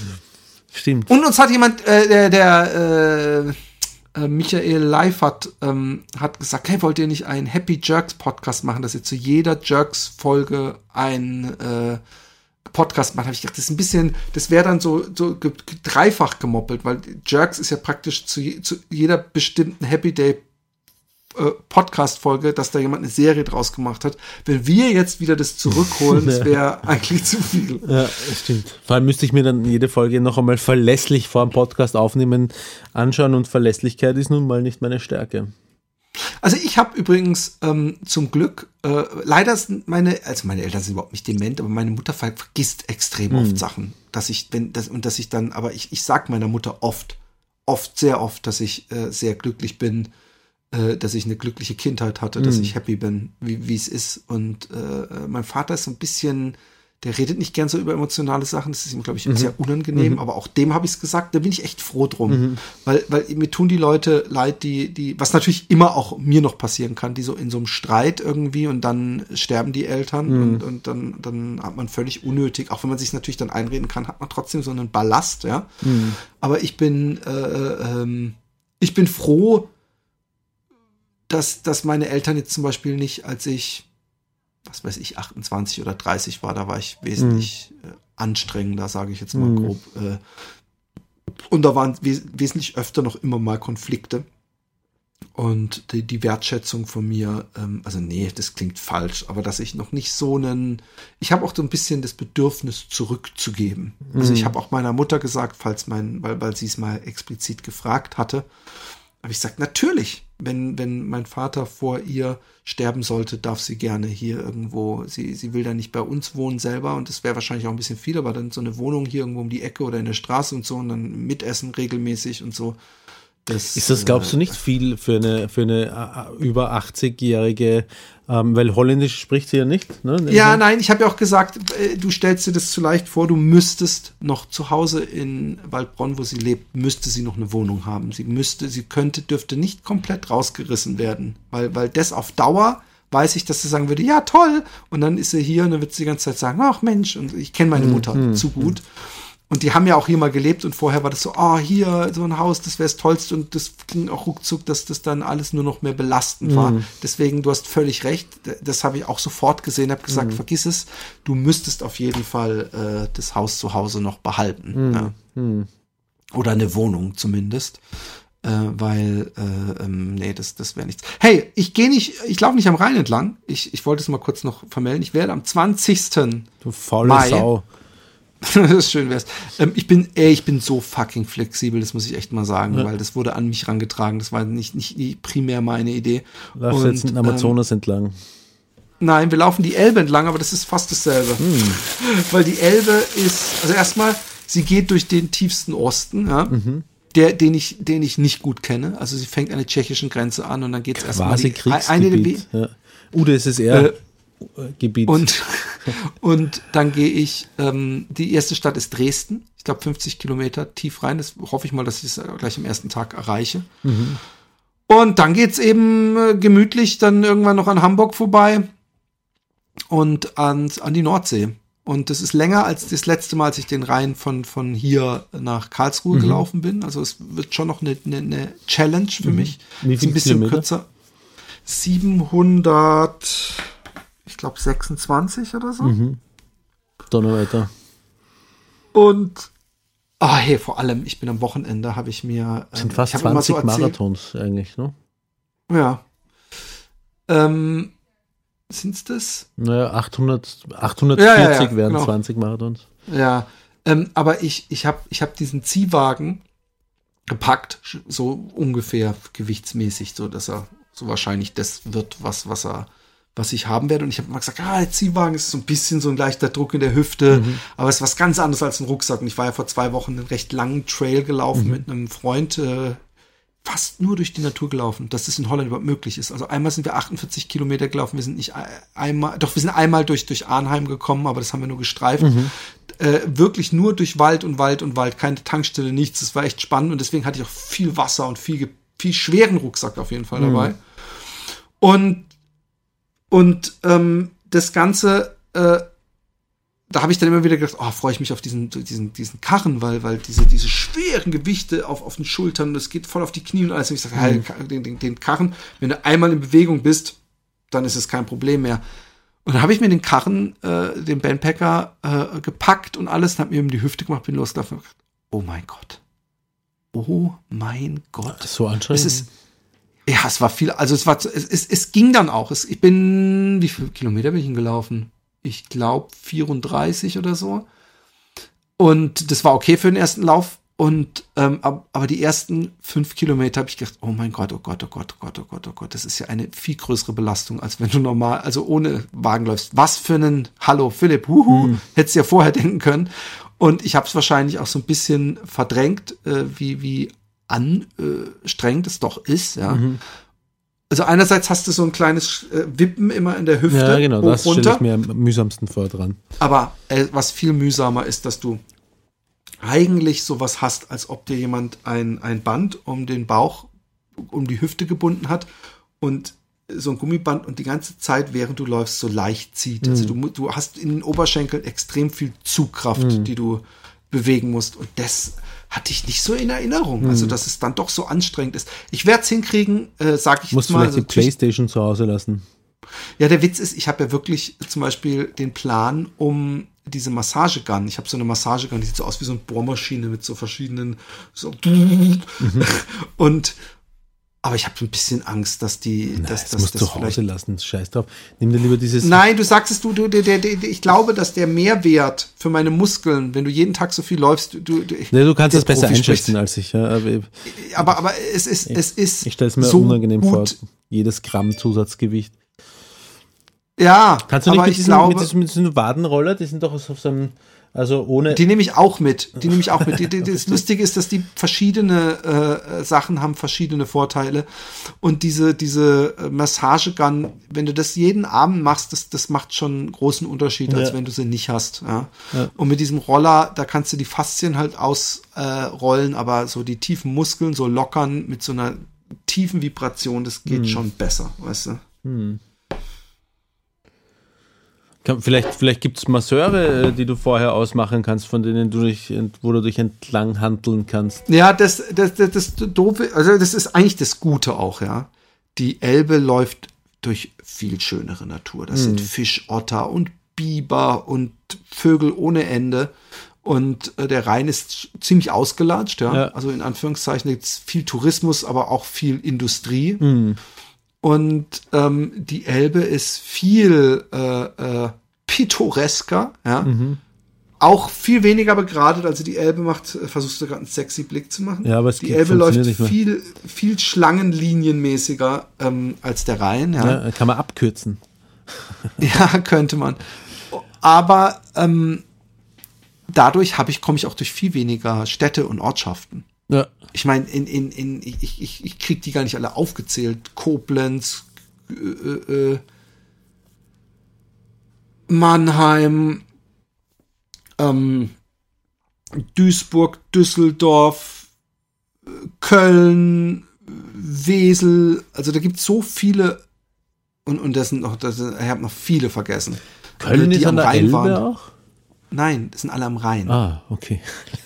Stimmt. Und uns hat jemand, äh, der, der äh, äh, Michael Leifert ähm, hat gesagt, hey, wollt ihr nicht einen Happy Jerks Podcast machen, dass ihr zu jeder Jerks Folge ein äh, Podcast macht? Habe ich gedacht, das ist ein bisschen, das wäre dann so, so ge- ge- dreifach gemoppelt, weil Jerks ist ja praktisch zu, je, zu jeder bestimmten Happy Day äh, Podcast-Folge, dass da jemand eine Serie draus gemacht hat. Wenn wir jetzt wieder das zurückholen, das wäre eigentlich zu viel. Ja, das stimmt. Vor allem müsste ich mir dann jede Folge noch einmal verlässlich vor dem Podcast aufnehmen, anschauen und Verlässlichkeit ist nun mal nicht meine Stärke. Also ich habe übrigens ähm, zum Glück, äh, leider sind meine, also meine Eltern sind überhaupt nicht dement, aber meine Mutter ver- vergisst extrem oft Sachen, dass ich, wenn das und dass ich dann, aber ich, ich sag meiner Mutter oft, oft, sehr oft, dass ich äh, sehr glücklich bin, äh, dass ich eine glückliche Kindheit hatte, dass ich happy bin, wie wie es ist. Und äh, mein Vater ist so ein bisschen, der redet nicht gern so über emotionale Sachen, das ist ihm, glaube ich, sehr unangenehm, aber auch dem habe ich es gesagt, da bin ich echt froh drum, weil, weil mir tun die Leute leid, die, die, was natürlich immer auch mir noch passieren kann, die so in so einem Streit irgendwie und dann sterben die Eltern und, und dann, dann hat man völlig unnötig, auch wenn man sich natürlich dann einreden kann, hat man trotzdem so einen Ballast, ja. Aber ich bin, äh, ähm, ich bin froh, dass, dass meine Eltern jetzt zum Beispiel nicht, als ich was weiß ich, achtundzwanzig oder dreißig war, da war ich wesentlich äh, anstrengender, sage ich jetzt mal grob. Äh, und da waren wes- wesentlich öfter noch immer mal Konflikte. Und die, die Wertschätzung von mir, ähm, also nee, das klingt falsch, aber dass ich noch nicht so einen, ich habe auch so ein bisschen das Bedürfnis zurückzugeben. Also ich habe auch meiner Mutter gesagt, falls mein, weil, weil sie es mal explizit gefragt hatte, Aber ich sag, natürlich, wenn, wenn mein Vater vor ihr sterben sollte, darf sie gerne hier irgendwo, sie, sie will da nicht bei uns wohnen selber und das wäre wahrscheinlich auch ein bisschen viel, aber dann so eine Wohnung hier irgendwo um die Ecke oder in der Straße und so und dann mitessen regelmäßig und so. Das, ist das, glaubst du, nicht viel für eine, für eine uh, über achtzigjährige, ähm, weil Holländisch spricht sie ja nicht? Ne? Ja, nein, ich habe ja auch gesagt, äh, du stellst dir das zu leicht vor, du müsstest noch zu Hause in Waldbronn, wo sie lebt, müsste sie noch eine Wohnung haben. Sie müsste, sie könnte, dürfte nicht komplett rausgerissen werden, weil, weil das auf Dauer, weiß ich, dass sie sagen würde, ja toll, und dann ist sie hier und dann wird sie die ganze Zeit sagen, ach Mensch, und ich kenne meine Mutter hm, zu gut. Hm. Und die haben ja auch hier mal gelebt und vorher war das so, oh, hier, so ein Haus, das wäre das Tollste und das ging auch ruckzuck, dass das dann alles nur noch mehr belastend war. Mm. Deswegen, du hast völlig recht, das habe ich auch sofort gesehen, habe gesagt, mm. vergiss es, du müsstest auf jeden Fall äh, das Haus zu Hause noch behalten. Mm. Ja. Mm. Oder eine Wohnung zumindest. Äh, weil, äh, ähm, nee, das, das wäre nichts. Hey, ich gehe nicht, ich laufe nicht am Rhein entlang. Ich, ich wollte es mal kurz noch vermelden. Ich werde am zwanzigsten Du faule Mai, Sau. das ist schön wär's. Ähm, ich bin, ey, ich bin so fucking flexibel, das muss ich echt mal sagen, ja. weil das wurde an mich rangetragen. Das war nicht, nicht, nicht primär meine Idee. Laufst jetzt den Amazonas ähm, entlang? Nein, wir laufen die Elbe entlang, aber das ist fast dasselbe. Hm. Weil die Elbe ist, also erstmal, sie geht durch den tiefsten Osten, ja, mhm. der, den ich, den ich nicht gut kenne. Also sie fängt an der tschechischen Grenze an und dann geht es erstmal die Kriegsgebiet. Eine ja. U D S S R. Äh, Gebiet. Und, und dann gehe ich, ähm, die erste Stadt ist Dresden, ich glaube fünfzig Kilometer tief rein, das hoffe ich mal, dass ich es gleich am ersten Tag erreiche. Mhm. Und dann geht's eben äh, gemütlich dann irgendwann noch an Hamburg vorbei und an, an die Nordsee. Und das ist länger als das letzte Mal, als ich den Rhein von, von hier nach Karlsruhe mhm. gelaufen bin. Also es wird schon noch eine, eine, eine Challenge für mhm. mich. Wie viel ein bisschen Kilometer? Kürzer. siebenhundert ich glaube sechsundzwanzig oder so. Mhm. Donnerwetter. Und ah, oh, hey, vor allem, ich bin am Wochenende, habe ich mir das sind ähm, fast zwanzig so Marathons eigentlich, ne? Ja. Ähm, sind's das? Naja, achthundert, achthundertvierzig ja, ja, ja, wären genau. zwanzig Marathons. Ja, ähm, aber ich, ich habe ich hab diesen Ziehwagen gepackt, so ungefähr gewichtsmäßig, so dass er so wahrscheinlich das wird, was, was er was ich haben werde. Und ich habe immer gesagt, ah, der Ziehwagen ist so ein bisschen so ein leichter Druck in der Hüfte, mhm. aber es ist was ganz anderes als ein Rucksack. Und ich war ja vor zwei Wochen einen recht langen Trail gelaufen mhm. mit einem Freund, äh, fast nur durch die Natur gelaufen, dass das in Holland überhaupt möglich ist. Also einmal sind wir achtundvierzig Kilometer gelaufen, wir sind nicht einmal, doch wir sind einmal durch, durch Arnheim gekommen, aber das haben wir nur gestreift. Mhm. Äh, wirklich nur durch Wald und Wald und Wald, keine Tankstelle, nichts. Das war echt spannend und deswegen hatte ich auch viel Wasser und viel, viel schweren Rucksack auf jeden Fall dabei. Mhm. Und Und ähm, das Ganze, äh, da habe ich dann immer wieder gedacht, oh, freue ich mich auf diesen, diesen, diesen Karren, weil, weil diese, diese schweren Gewichte auf, auf den Schultern, das geht voll auf die Knie und alles. Und ich sage, mhm. hey, den, den, den Karren, wenn du einmal in Bewegung bist, dann ist es kein Problem mehr. Und dann habe ich mir den Karren, äh, den Bandpacker, äh, gepackt und alles, und habe mir um die Hüfte gemacht, bin losgelaufen und gedacht, oh mein Gott. Oh mein Gott. Das ist so anstrengend. Es ist, ja, es war viel, also es war, es, es, es ging dann auch. Es, ich bin, wie viele Kilometer bin ich hingelaufen? Ich glaube vierunddreißig oder so. Und das war okay für den ersten Lauf. Und ähm, aber die ersten fünf Kilometer habe ich gedacht, oh mein Gott, oh Gott, oh Gott, oh Gott, oh Gott, oh Gott, das ist ja eine viel größere Belastung, als wenn du normal, also ohne Wagen läufst. Was für einen, hallo Philipp, huhu, hm. hättest du ja vorher denken können. Und ich habe es wahrscheinlich auch so ein bisschen verdrängt, äh, wie, wie anstrengend es doch ist, ja. Mhm. Also einerseits hast du so ein kleines äh, Wippen immer in der Hüfte. Ja, genau, hoch, das stelle ich mir am mühsamsten vor dran. Aber äh, was viel mühsamer ist, dass du eigentlich sowas hast, als ob dir jemand ein, ein Band um den Bauch, um die Hüfte gebunden hat und so ein Gummiband und die ganze Zeit, während du läufst, so leicht zieht. Mhm. Also du, du hast in den Oberschenkeln extrem viel Zugkraft, mhm. die du bewegen musst. Und das hatte ich nicht so in Erinnerung. Mhm. Also, dass es dann doch so anstrengend ist. Ich werde es hinkriegen, äh, sag ich Musst jetzt mal. Musst du vielleicht also, die Playstation zu Hause lassen? Ja, der Witz ist, ich habe ja wirklich zum Beispiel den Plan, um diese Massagegun. Ich habe so eine Massagegun, die sieht so aus wie so eine Bohrmaschine mit so verschiedenen so mhm. und Aber ich habe ein bisschen Angst, dass die, Nein, dass das dass musst das du zu Hause vielleicht. lassen, scheiß drauf. Nimm dir lieber dieses... Nein, du sagst es, du, du, der, der, der, ich glaube, dass der Mehrwert für meine Muskeln, wenn du jeden Tag so viel läufst, du, du, Nee, du kannst der das besser Profi einschätzen spricht. als ich. Ja, aber aber, aber es ist, es ist ich stelle es mir so unangenehm gut. vor. Jedes Gramm Zusatzgewicht. Ja, Kannst du nicht aber mit ich diesen, glaube, mit, diesen, mit diesen Wadenroller, die sind doch auf so einem, also ohne... die nehme ich auch mit. Die nehme ich auch mit. Die, die, das Lustige ist, dass die verschiedene äh, Sachen haben, verschiedene Vorteile. Und diese, diese äh, Massagegun, wenn du das jeden Abend machst, das, das macht schon einen großen Unterschied, als Ja. wenn du sie nicht hast. Ja? Ja. Und mit diesem Roller, da kannst du die Faszien halt ausrollen, äh, rollen, aber so die tiefen Muskeln so lockern mit so einer tiefen Vibration, das geht schon besser, weißt du? Kann, vielleicht vielleicht gibt es Masseure, äh, die du vorher ausmachen kannst, von denen du dich, ent- wo du dich entlang handeln kannst. Ja, das, das, das, das Doofe, also das ist eigentlich das Gute auch, ja. Die Elbe läuft durch viel schönere Natur. Das sind Fischotter und Biber und Vögel ohne Ende. Und äh, der Rhein ist ziemlich ausgelatscht, ja. Ja. Also in Anführungszeichen gibt es viel Tourismus, aber auch viel Industrie. Mhm. Und ähm, die Elbe ist viel äh, äh, pittoresker, ja. Auch viel weniger begradet, also die Elbe macht, äh, versuchst du gerade einen sexy Blick zu machen. Ja, aber es die geht- Elbe läuft funktioniert nicht mehr. viel, viel schlangenlinienmäßiger ähm, als der Rhein, ja. Ja, kann man abkürzen. Ja, könnte man. Aber ähm, dadurch habe ich, komme ich auch durch viel weniger Städte und Ortschaften. Ja. Ich meine, in, in, in, ich, ich, ich krieg die gar nicht alle aufgezählt. Koblenz, äh, äh, Mannheim, ähm, Duisburg, Düsseldorf, äh, Köln, Wesel. Also da gibt es so viele. Und, und das sind noch, das sind, ich habe noch viele vergessen. Köln Die ist am an der Rhein Elbe waren. auch? Nein, das sind alle am Rhein. Ah, okay.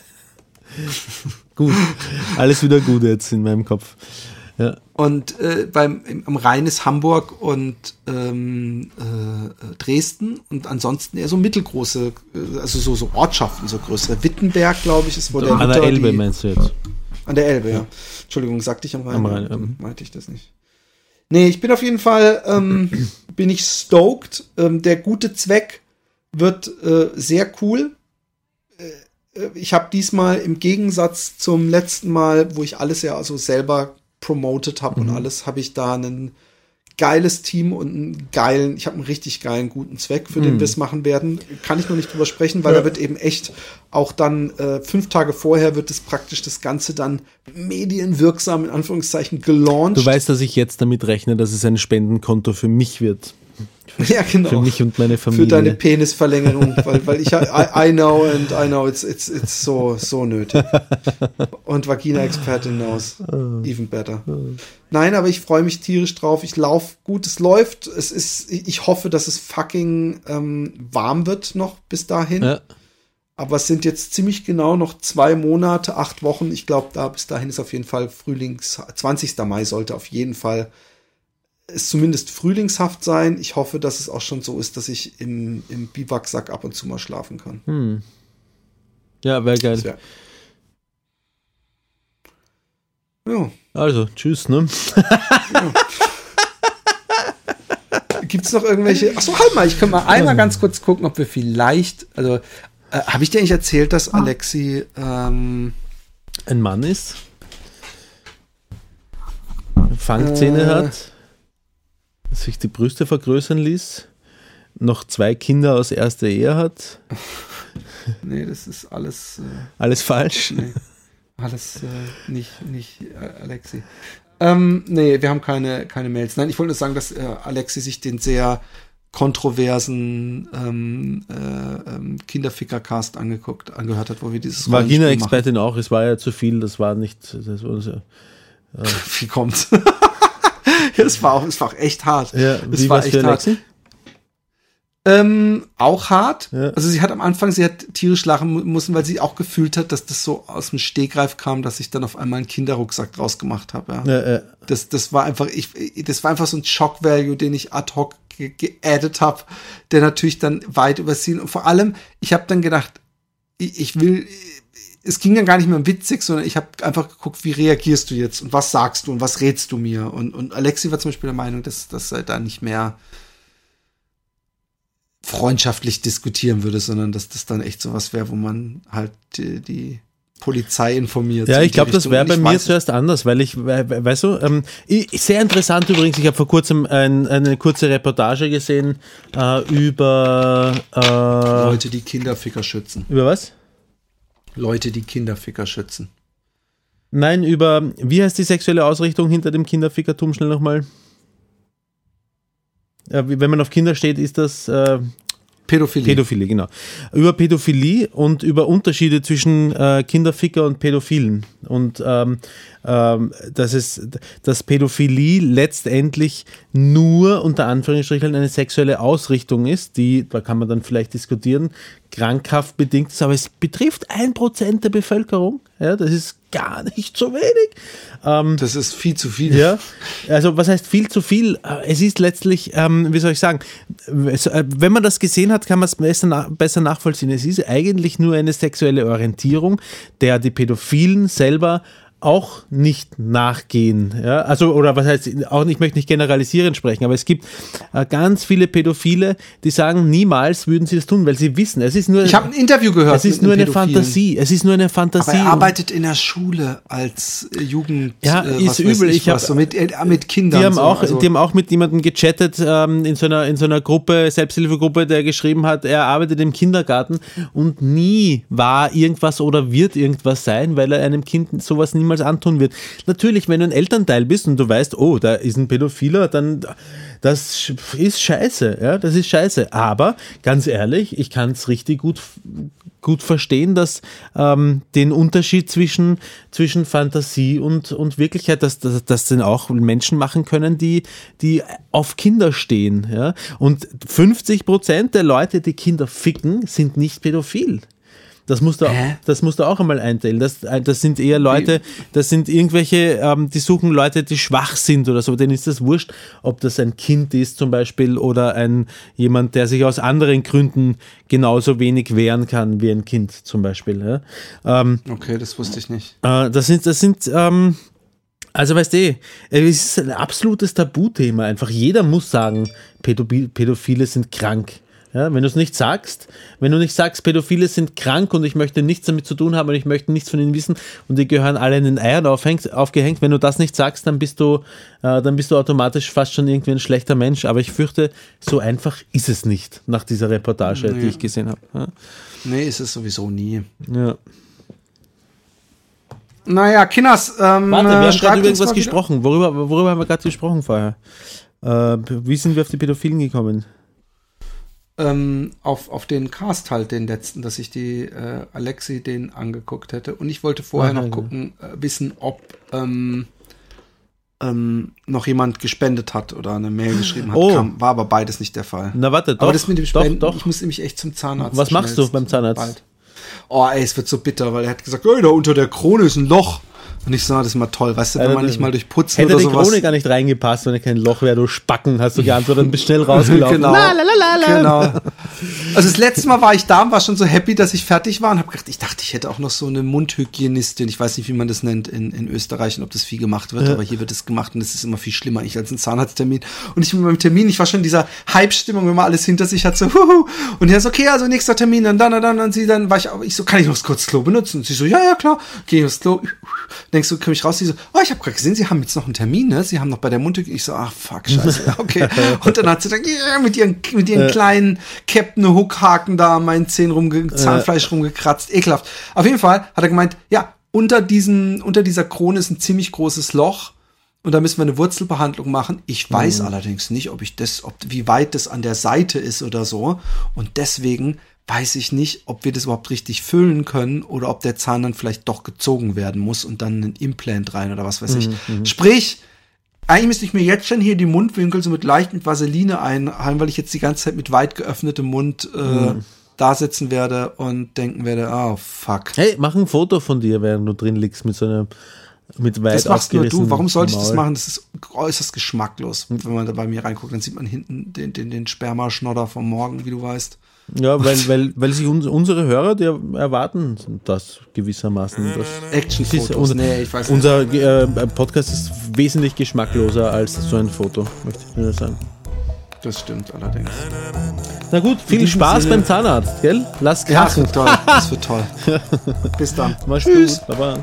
Gut. Alles wieder gut jetzt in meinem Kopf. Ja. Und äh, beim, im, am Rhein ist Hamburg und ähm, äh, Dresden und ansonsten eher so mittelgroße, äh, also so, so Ortschaften, so größere. Wittenberg, glaube ich, ist wo der An der Luther Elbe die, meinst du jetzt? An der Elbe, ja. Entschuldigung, sagte ich am Rhein? Am Rhein, Ja, dann ähm. meinte ich das nicht. Nee, ich bin auf jeden Fall, ähm, bin ich stoked. Ähm, der gute Zweck wird äh, sehr cool. Äh, ich habe diesmal im Gegensatz zum letzten Mal, wo ich alles ja also selber promoted habe und alles, habe ich da ein geiles Team und einen geilen, ich habe einen richtig geilen, guten Zweck, für den wir es machen werden. Kann ich noch nicht drüber sprechen, weil Ja. da wird eben echt auch dann äh, fünf Tage vorher wird es praktisch das Ganze dann medienwirksam in Anführungszeichen gelauncht. Du weißt, dass ich jetzt damit rechne, dass es ein Spendenkonto für mich wird. ja, genau. Für mich und meine Familie. Für deine Penisverlängerung, weil, weil ich I, I know and I know it's, it's, it's so, so nötig. Und Vagina-Expertin knows. Even better. Nein, aber ich freue mich tierisch drauf. Ich laufe gut, es läuft. Es ist, ich hoffe, dass es fucking ähm, warm wird noch bis dahin. Ja. Aber es sind jetzt ziemlich genau noch zwei Monate, acht Wochen. Ich glaube, da bis dahin ist auf jeden Fall Frühlings, zwanzigster Mai sollte auf jeden Fall es zumindest frühlingshaft sein. Ich hoffe, dass es auch schon so ist, dass ich im, im Biwaksack ab und zu mal schlafen kann. Hm. Ja, wäre geil. Das wär- Ja. Also, tschüss, ne? Gibt's noch irgendwelche? Achso, halt mal, ich kann mal einmal ganz kurz gucken, ob wir vielleicht, also, äh, habe ich dir eigentlich erzählt, dass Alexi, ähm, Ein Mann ist, Fangzähne Äh. hat, sich die Brüste vergrößern ließ, noch zwei Kinder aus erster Ehe hat. nee, das ist alles, äh, Alles falsch. nee, alles äh, nicht, nicht äh, Alexi. Ähm, nee, wir haben keine, keine Mails. Nein, ich wollte nur sagen, dass äh, Alexi sich den sehr kontroversen ähm, äh, ähm, Kinderficker-Cast angeguckt, angehört hat, wo wir dieses Rollenspiel machen. Vagina-Expertin auch, es war ja zu viel, das war nicht. Das war so, Wie kommt's? Es war auch, es war auch echt hart. ja, es wie war war's echt für hart. Alexi? Ähm, auch hart. Ja. Also sie hat am Anfang, sie hat tierisch lachen mu- müssen, weil sie auch gefühlt hat, dass das so aus dem Stegreif kam, dass ich dann auf einmal einen Kinderrucksack draus gemacht habe. Ja. Ja, ja. Das, das war einfach, ich, das war einfach so ein Shock-Value, den ich ad hoc ge- geaddet habe, der natürlich dann weit überziehen. Und vor allem, ich habe dann gedacht, ich, ich will, es ging dann gar nicht mehr um witzig, sondern ich habe einfach geguckt, wie reagierst du jetzt und was sagst du und was rätst du mir? Und, und Alexi war zum Beispiel der Meinung, dass das halt da nicht mehr freundschaftlich diskutieren würde, sondern dass das dann echt sowas wäre, wo man halt die, die Polizei informiert. Ja, so ich glaube, das wäre bei mir weiß, zuerst anders, weil ich, we, weißt du, ähm, ich, sehr interessant übrigens, ich habe vor kurzem ein, eine kurze Reportage gesehen äh, über äh, Leute, die Kinderficker schützen. Über was? Leute, die Kinderficker schützen. Nein, über, wie heißt die sexuelle Ausrichtung hinter dem Kinderfickertum, schnell nochmal? Äh, wenn man auf Kinder steht, ist das äh, Pädophilie. Pädophilie, genau. Über Pädophilie und über Unterschiede zwischen äh, Kinderficker und Pädophilen. Und ähm, ähm, dass es, dass Pädophilie letztendlich nur unter Anführungsstrichen eine sexuelle Ausrichtung ist, die, da kann man dann vielleicht diskutieren, krankhaft bedingt ist, aber es betrifft ein Prozent der Bevölkerung. Ja, das ist gar nicht so wenig. Ähm, das ist viel zu viel. Ja, also was heißt viel zu viel? Es ist letztlich, ähm, wie soll ich sagen, wenn man das gesehen hat, kann man es besser, na- besser nachvollziehen. Es ist eigentlich nur eine sexuelle Orientierung, der die Pädophilen selber auch nicht nachgehen. Ja? Also, oder was heißt, auch, ich möchte nicht generalisierend sprechen, aber es gibt äh, ganz viele Pädophile, die sagen, niemals würden sie das tun, weil sie wissen, es ist nur, ich habe ein Interview gehört. es ist nur eine Fantasie, es ist nur eine Fantasie. Aber er arbeitet in der Schule als äh, Jugend. Ja, äh, ist was weiß übel. Ich, Ich hab, was, so mit, äh, mit Kindern. Die haben, so, auch, also. die haben auch mit jemandem gechattet ähm, in, so einer, in so einer Gruppe, Selbsthilfegruppe, der geschrieben hat, er arbeitet im Kindergarten und nie war irgendwas oder wird irgendwas sein, weil er einem Kind sowas niemals antun wird. Natürlich, wenn du ein Elternteil bist und du weißt, oh, da ist ein Pädophiler, dann das ist scheiße, ja, das ist scheiße. Aber ganz ehrlich, ich kann es richtig gut, gut verstehen, dass ähm, den Unterschied zwischen, zwischen Fantasie und, und Wirklichkeit, dass das dass dann auch Menschen machen können, die, die auf Kinder stehen. Ja? Und fünfzig Prozent der Leute, die Kinder ficken, sind nicht pädophil. Das musst du, Hä? das musst du auch einmal einteilen. Das, das sind eher Leute, das sind irgendwelche, ähm, die suchen Leute, die schwach sind oder so. Denen ist das wurscht, ob das ein Kind ist zum Beispiel oder ein jemand, der sich aus anderen Gründen genauso wenig wehren kann wie ein Kind zum Beispiel. Ja? Ähm, Okay, das wusste ich nicht. äh, das sind, das sind, ähm, also weißt du, es ist ein absolutes Tabuthema. Einfach jeder muss sagen, Pädophile, Pädophile sind krank. Ja, wenn du es nicht sagst, wenn du nicht sagst, Pädophile sind krank und ich möchte nichts damit zu tun haben und ich möchte nichts von ihnen wissen und die gehören alle in den Eiern aufhängt, aufgehängt, wenn du das nicht sagst, dann bist du, äh, dann bist du automatisch fast schon irgendwie ein schlechter Mensch. Aber ich fürchte, so einfach ist es nicht nach dieser Reportage, Nee. die ich gesehen habe. Ja. Nee, ist es sowieso nie. Ja. Naja, Kinders, ähm, Warte, wir haben schreibt gerade uns über irgendwas mal wieder- gesprochen. Worüber, worüber haben wir gerade gesprochen vorher? Äh, wie sind wir auf die Pädophilen gekommen? Ähm, auf, auf den Cast halt, den letzten, dass ich die äh, Alexi den angeguckt hätte. Und ich wollte vorher Aha, noch ja. gucken, äh, wissen, ob ähm, ähm, noch jemand gespendet hat oder eine Mail geschrieben hat. Oh. Kam, war aber beides nicht der Fall. Na warte, doch, aber das mit dem Spenden, doch, doch. ich muss nämlich echt zum Zahnarzt. Was machst du schnellst. beim Zahnarzt? Bald. Oh, ey, es wird so bitter, weil er hat gesagt, ey, da unter der Krone ist ein Loch. Und ich so, das ist mal toll, weißt du, wenn Also, man nicht mal durch Putzen Hätte oder die sowas. Krone gar nicht reingepasst, wenn er kein Loch wäre, du Spacken, hast du geantwortet und bist schnell rausgelaufen. Genau. La, la, la, la, la. Genau. Also das letzte Mal war ich da und war schon so happy, dass ich fertig war und habe gedacht, ich dachte, ich hätte auch noch so eine Mundhygienistin. Ich weiß nicht, wie man das nennt in, in Österreich und ob das viel gemacht wird, Ja. aber hier wird es gemacht und es ist immer viel schlimmer eigentlich als ein Zahnarzttermin. Und ich mit meinem Termin, ich war schon in dieser Hype-Stimmung, wenn man alles hinter sich hat, so huhu. Und er so, okay, also nächster Termin, dann, dann, dann, dann, dann, sie, dann war ich auch, ich so, kann ich noch kurz das Klo benutzen? Und sie so, ja, ja, klar, geh ich aufs Klo. Denkst du, komm ich raus? Sie so, oh, ich habe gerade gesehen, Sie haben jetzt noch einen Termin, ne? Sie haben noch bei der Mundhygiene. Ich so, ach, fuck, scheiße, ja, okay. Und dann hat sie dann yeah, mit ihren, mit ihren Äh. kleinen Captain Hook-Haken da an meinen Zähnen rumge Zahnfleisch rumgekratzt. Ekelhaft. Auf jeden Fall hat er gemeint, ja, unter diesen, unter dieser Krone ist ein ziemlich großes Loch. Und da müssen wir eine Wurzelbehandlung machen. Ich weiß Mhm. allerdings nicht, ob ich das, ob, wie weit das an der Seite ist oder so. Und deswegen weiß ich nicht, ob wir das überhaupt richtig füllen können oder ob der Zahn dann vielleicht doch gezogen werden muss und dann ein Implant rein oder was weiß ich. Sprich, eigentlich müsste ich mir jetzt schon hier die Mundwinkel so mit leicht mit Vaseline einhalten, weil ich jetzt die ganze Zeit mit weit geöffnetem Mund äh, da sitzen werde und denken werde, oh fuck. Hey, mach ein Foto von dir, während du drin liegst mit so einer mit weit Das machst nur du. aufgerissenem Warum sollte ich das Maul. machen? Das ist äußerst geschmacklos. Wenn man da bei mir reinguckt, dann sieht man hinten den, den, den Spermaschnodder vom Morgen, wie du weißt. Ja, weil, weil, weil sich uns, unsere Hörer, die erwarten das gewissermaßen. Das Actionfotos. ist unser, Nee, ich weiß nicht. unser äh, Podcast ist wesentlich geschmackloser als so ein Foto, möchte ich nur sagen. Das stimmt allerdings. Na gut, viel diesem Spaß Sinne- beim Zahnarzt, gell? Lass Ja, das krachen. wird toll. Das wird toll. Bis dann. Mach's Tschüss. gut. Baba.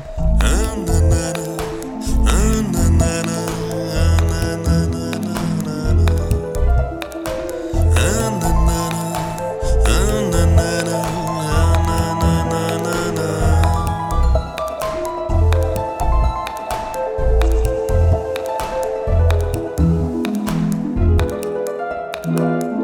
Thank